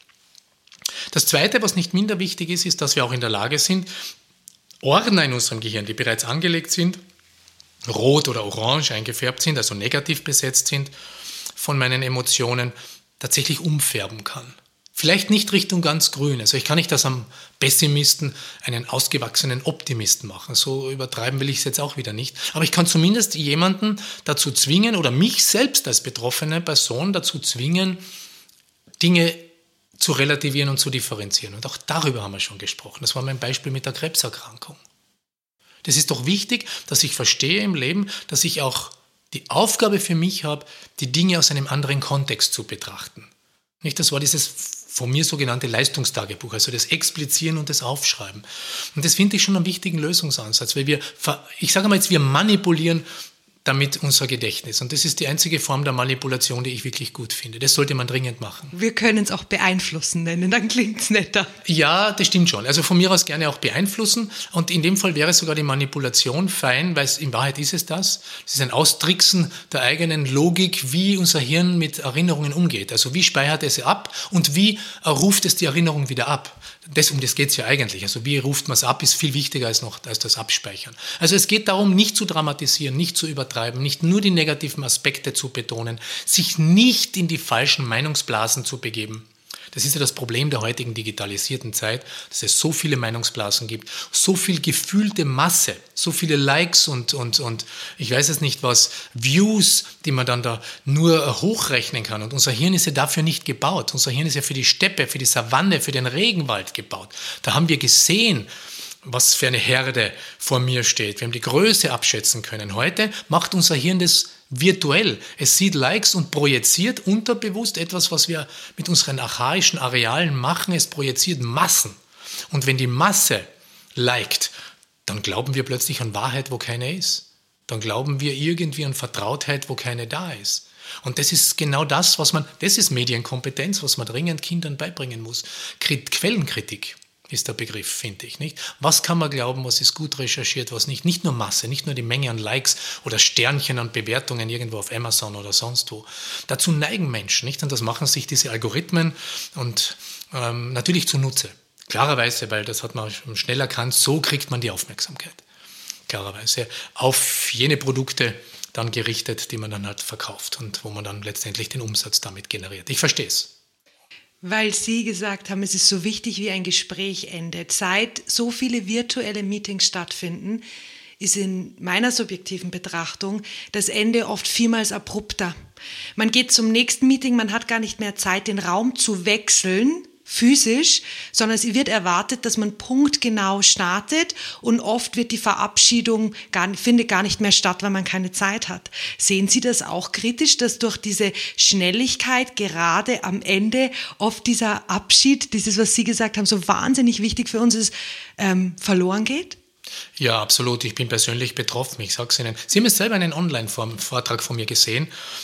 Das Zweite, was nicht minder wichtig ist, ist, dass wir auch in der Lage sind, Ordner in unserem Gehirn, die bereits angelegt sind, rot oder orange eingefärbt sind, also negativ besetzt sind, von meinen Emotionen tatsächlich umfärben kann. Vielleicht nicht Richtung ganz grün. Also ich kann nicht das am Pessimisten einen ausgewachsenen Optimisten machen. So übertreiben will ich es jetzt auch wieder nicht. Aber ich kann zumindest jemanden dazu zwingen oder mich selbst als betroffene Person dazu zwingen, Dinge zu relativieren und zu differenzieren. Und auch darüber haben wir schon gesprochen. Das war mein Beispiel mit der Krebserkrankung. Das ist doch wichtig, dass ich verstehe im Leben, dass ich auch die Aufgabe für mich habe, die Dinge aus einem anderen Kontext zu betrachten. Nicht, das war dieses von mir sogenannte Leistungstagebuch, also das Explizieren und das Aufschreiben. Und das finde ich schon einen wichtigen Lösungsansatz, weil wir, ich sage mal jetzt, wir manipulieren damit unser Gedächtnis. Und das ist die einzige Form der Manipulation, die ich wirklich gut finde. Das sollte man dringend machen. Wir können es auch beeinflussen nennen, dann klingt es netter. Ja, das stimmt schon. Also von mir aus gerne auch beeinflussen. Und in dem Fall wäre sogar die Manipulation fein, weil es in Wahrheit ist es das. Es ist ein Austricksen der eigenen Logik, wie unser Hirn mit Erinnerungen umgeht. Also wie speichert es sie ab und wie ruft es die Erinnerung wieder ab. Das, um das geht es ja eigentlich. Also wie ruft man es ab, ist viel wichtiger als, noch, als das Abspeichern. Also es geht darum, nicht zu dramatisieren, nicht zu übertreiben, nicht nur die negativen Aspekte zu betonen, sich nicht in die falschen Meinungsblasen zu begeben. Das ist ja das Problem der heutigen digitalisierten Zeit, dass es so viele Meinungsblasen gibt, so viel gefühlte Masse, so viele Likes und, und, und ich weiß es nicht was, Views, die man dann da nur hochrechnen kann. Und unser Hirn ist ja dafür nicht gebaut. Unser Hirn ist ja für die Steppe, für die Savanne, für den Regenwald gebaut. Da haben wir gesehen, was für eine Herde vor mir steht. Wir haben die Größe abschätzen können. Heute macht unser Hirn das virtuell. Es sieht Likes und projiziert unterbewusst etwas, was wir mit unseren archaischen Arealen machen. Es projiziert Massen. Und wenn die Masse liked, dann glauben wir plötzlich an Wahrheit, wo keine ist. Dann glauben wir irgendwie an Vertrautheit, wo keine da ist. Und das ist genau das, was man, das ist Medienkompetenz, was man dringend Kindern beibringen muss. Quellenkritik ist der Begriff, finde ich, nicht? Was kann man glauben, was ist gut recherchiert, was nicht? Nicht nur Masse, nicht nur die Menge an Likes oder Sternchen an Bewertungen irgendwo auf Amazon oder sonst wo. Dazu neigen Menschen, nicht? Und das machen sich diese Algorithmen und ähm, natürlich zunutze. Klarerweise, weil das hat man schnell erkannt, so kriegt man die Aufmerksamkeit. Klarerweise auf jene Produkte dann gerichtet, die man dann halt verkauft und wo man dann letztendlich den Umsatz damit generiert. Ich verstehe es. Weil Sie gesagt haben, es ist so wichtig, wie ein Gespräch endet. Seit so viele virtuelle Meetings stattfinden, ist in meiner subjektiven Betrachtung das Ende oft vielmals abrupter. Man geht zum nächsten Meeting, man hat gar nicht mehr Zeit, den Raum zu wechseln, physisch, sondern es wird erwartet, dass man punktgenau startet und oft wird die Verabschiedung gar, findet gar nicht mehr statt, weil man keine Zeit hat. Sehen Sie das auch kritisch, dass durch diese Schnelligkeit gerade am Ende oft dieser Abschied, dieses, was Sie gesagt haben, so wahnsinnig wichtig für uns ist, ähm, verloren geht? Ja, absolut. Ich bin persönlich betroffen. Ich sage es Ihnen. Sie haben jetzt selber einen Online-Vortrag von mir gesehen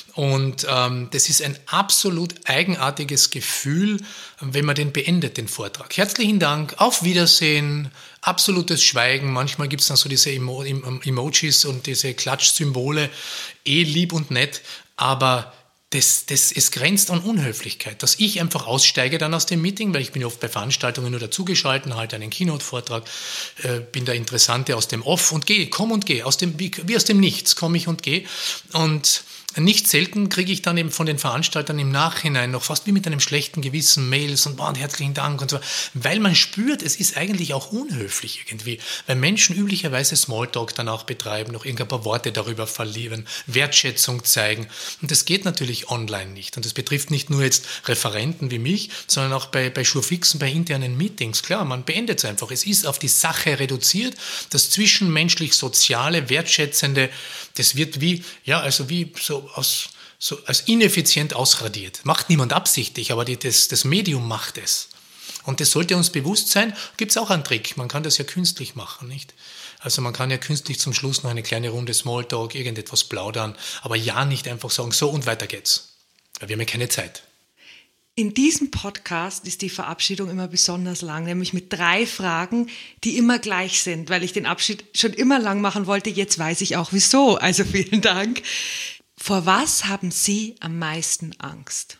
und ähm, das ist ein absolut eigenartiges Gefühl, wenn man den beendet, den Vortrag. Herzlichen Dank, auf Wiedersehen, absolutes Schweigen. Manchmal gibt es dann so diese Emo- Emojis und diese Klatschsymbole, eh lieb und nett, aber Das, das, es grenzt an Unhöflichkeit, dass ich einfach aussteige dann aus dem Meeting, weil ich bin oft bei Veranstaltungen nur dazugeschalten, halte einen Keynote-Vortrag, äh, bin der Interessante aus dem Off und gehe, komm und gehe, aus dem, wie, wie aus dem Nichts komme ich und gehe. Und Nicht selten kriege ich dann eben von den Veranstaltern im Nachhinein noch fast wie mit einem schlechten Gewissen Mails und, boah, und herzlichen Dank und so, weil man spürt, es ist eigentlich auch unhöflich irgendwie, weil Menschen üblicherweise Smalltalk danach betreiben, noch irgendein paar Worte darüber verlieren, Wertschätzung zeigen und das geht natürlich online nicht und das betrifft nicht nur jetzt Referenten wie mich, sondern auch bei, bei Schurfixen, bei internen Meetings. Klar, man beendet es einfach. Es ist auf die Sache reduziert, das zwischenmenschlich-soziale, wertschätzende, das wird wie, ja, also wie so aus, so als ineffizient ausradiert. Macht niemand absichtlich, aber die, das, das Medium macht es. Und das sollte uns bewusst sein. Gibt es auch einen Trick. Man kann das ja künstlich machen, nicht? Also man kann ja künstlich zum Schluss noch eine kleine Runde Smalltalk, irgendetwas plaudern, aber ja nicht einfach sagen, so und weiter geht's. Weil wir haben ja keine Zeit. In diesem Podcast ist die Verabschiedung immer besonders lang, nämlich mit drei Fragen, die immer gleich sind, weil ich den Abschied schon immer lang machen wollte. Jetzt weiß ich auch wieso. Also vielen Dank. Vor was haben Sie am meisten Angst?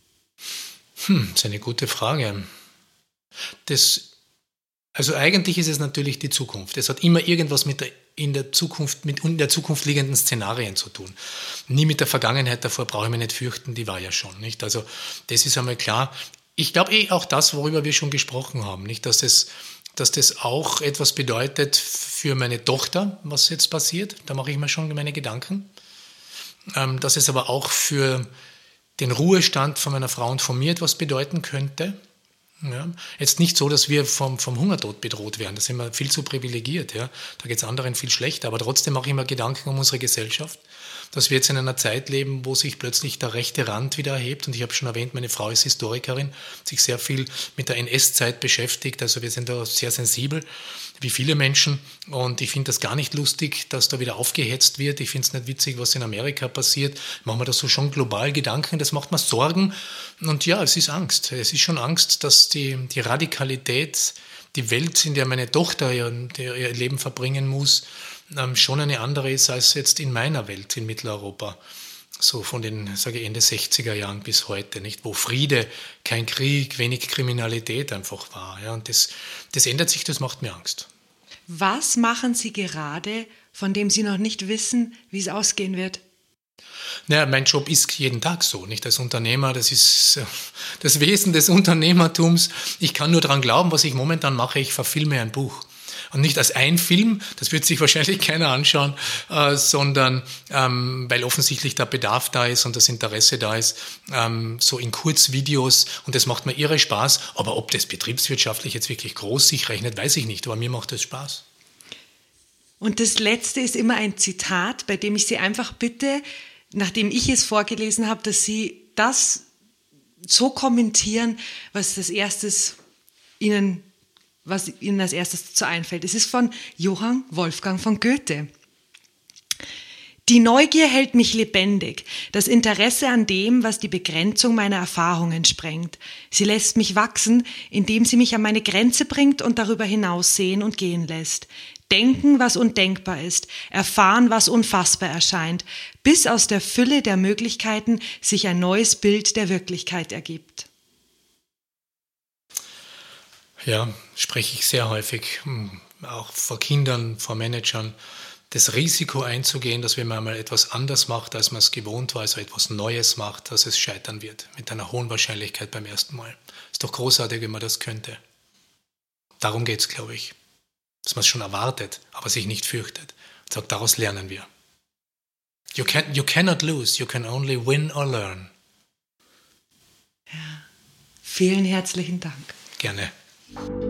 Hm, das ist eine gute Frage. Das, also eigentlich ist es natürlich die Zukunft. Es hat immer irgendwas mit der in der Zukunft, mit in der Zukunft liegenden Szenarien zu tun. Nie mit der Vergangenheit, davor brauche ich mich nicht fürchten, die war ja schon, nicht? Also das ist einmal klar. Ich glaube eh auch das, worüber wir schon gesprochen haben, nicht? Dass das, dass das auch etwas bedeutet für meine Tochter, was jetzt passiert. Da mache ich mir schon meine Gedanken. Ähm, dass es aber auch für den Ruhestand von meiner Frau und von mir etwas bedeuten könnte. Ja, jetzt nicht so, dass wir vom, vom Hungertod bedroht werden, da sind wir viel zu privilegiert, ja. Da geht es anderen viel schlechter, aber trotzdem mache ich mir Gedanken um unsere Gesellschaft, dass wir jetzt in einer Zeit leben, wo sich plötzlich der rechte Rand wieder erhebt und ich habe schon erwähnt, meine Frau ist Historikerin, sich sehr viel mit der N S-Zeit beschäftigt, also wir sind da sehr sensibel, wie viele Menschen und ich finde das gar nicht lustig, dass da wieder aufgehetzt wird, ich finde es nicht witzig, was in Amerika passiert, machen wir da so schon global Gedanken, das macht mir Sorgen und ja, es ist Angst, es ist schon Angst, dass die, die Radikalität, die Welt, in der meine Tochter ihr, ihr Leben verbringen muss, schon eine andere ist als jetzt in meiner Welt in Mitteleuropa. So von den, sage ich, Ende sechziger Jahren bis heute, nicht? Wo Friede, kein Krieg, wenig Kriminalität einfach war. Ja? Und das, das ändert sich, das macht mir Angst. Was machen Sie gerade, von dem Sie noch nicht wissen, wie es ausgehen wird? Naja, mein Job ist jeden Tag so, nicht als Unternehmer, das ist das Wesen des Unternehmertums. Ich kann nur daran glauben, was ich momentan mache, ich verfilme ein Buch. Und nicht als ein Film, das wird sich wahrscheinlich keiner anschauen, äh, sondern ähm, weil offensichtlich der Bedarf da ist und das Interesse da ist, ähm, so in Kurzvideos und das macht mir irre Spaß. Aber ob das betriebswirtschaftlich jetzt wirklich groß sich rechnet, weiß ich nicht, aber mir macht das Spaß. Und das Letzte ist immer ein Zitat, bei dem ich Sie einfach bitte, nachdem ich es vorgelesen habe, dass Sie das so kommentieren, was das erstes Ihnen, was Ihnen als erstes dazu einfällt. Es ist von Johann Wolfgang von Goethe. Die Neugier hält mich lebendig, das Interesse an dem, was die Begrenzung meiner Erfahrungen sprengt. Sie lässt mich wachsen, indem sie mich an meine Grenze bringt und darüber hinaus sehen und gehen lässt. Denken, was undenkbar ist, erfahren, was unfassbar erscheint, bis aus der Fülle der Möglichkeiten sich ein neues Bild der Wirklichkeit ergibt. Ja, spreche ich sehr häufig, auch vor Kindern, vor Managern, das Risiko einzugehen, dass wenn man einmal etwas anders macht, als man es gewohnt war, also etwas Neues macht, dass es scheitern wird, mit einer hohen Wahrscheinlichkeit beim ersten Mal. Ist doch großartig, wenn man das könnte. Darum geht es, glaube ich. Dass man es schon erwartet, aber sich nicht fürchtet. Und sagt, daraus lernen wir. You, can, you cannot lose, you can only win or learn. Ja, vielen herzlichen Dank. Gerne.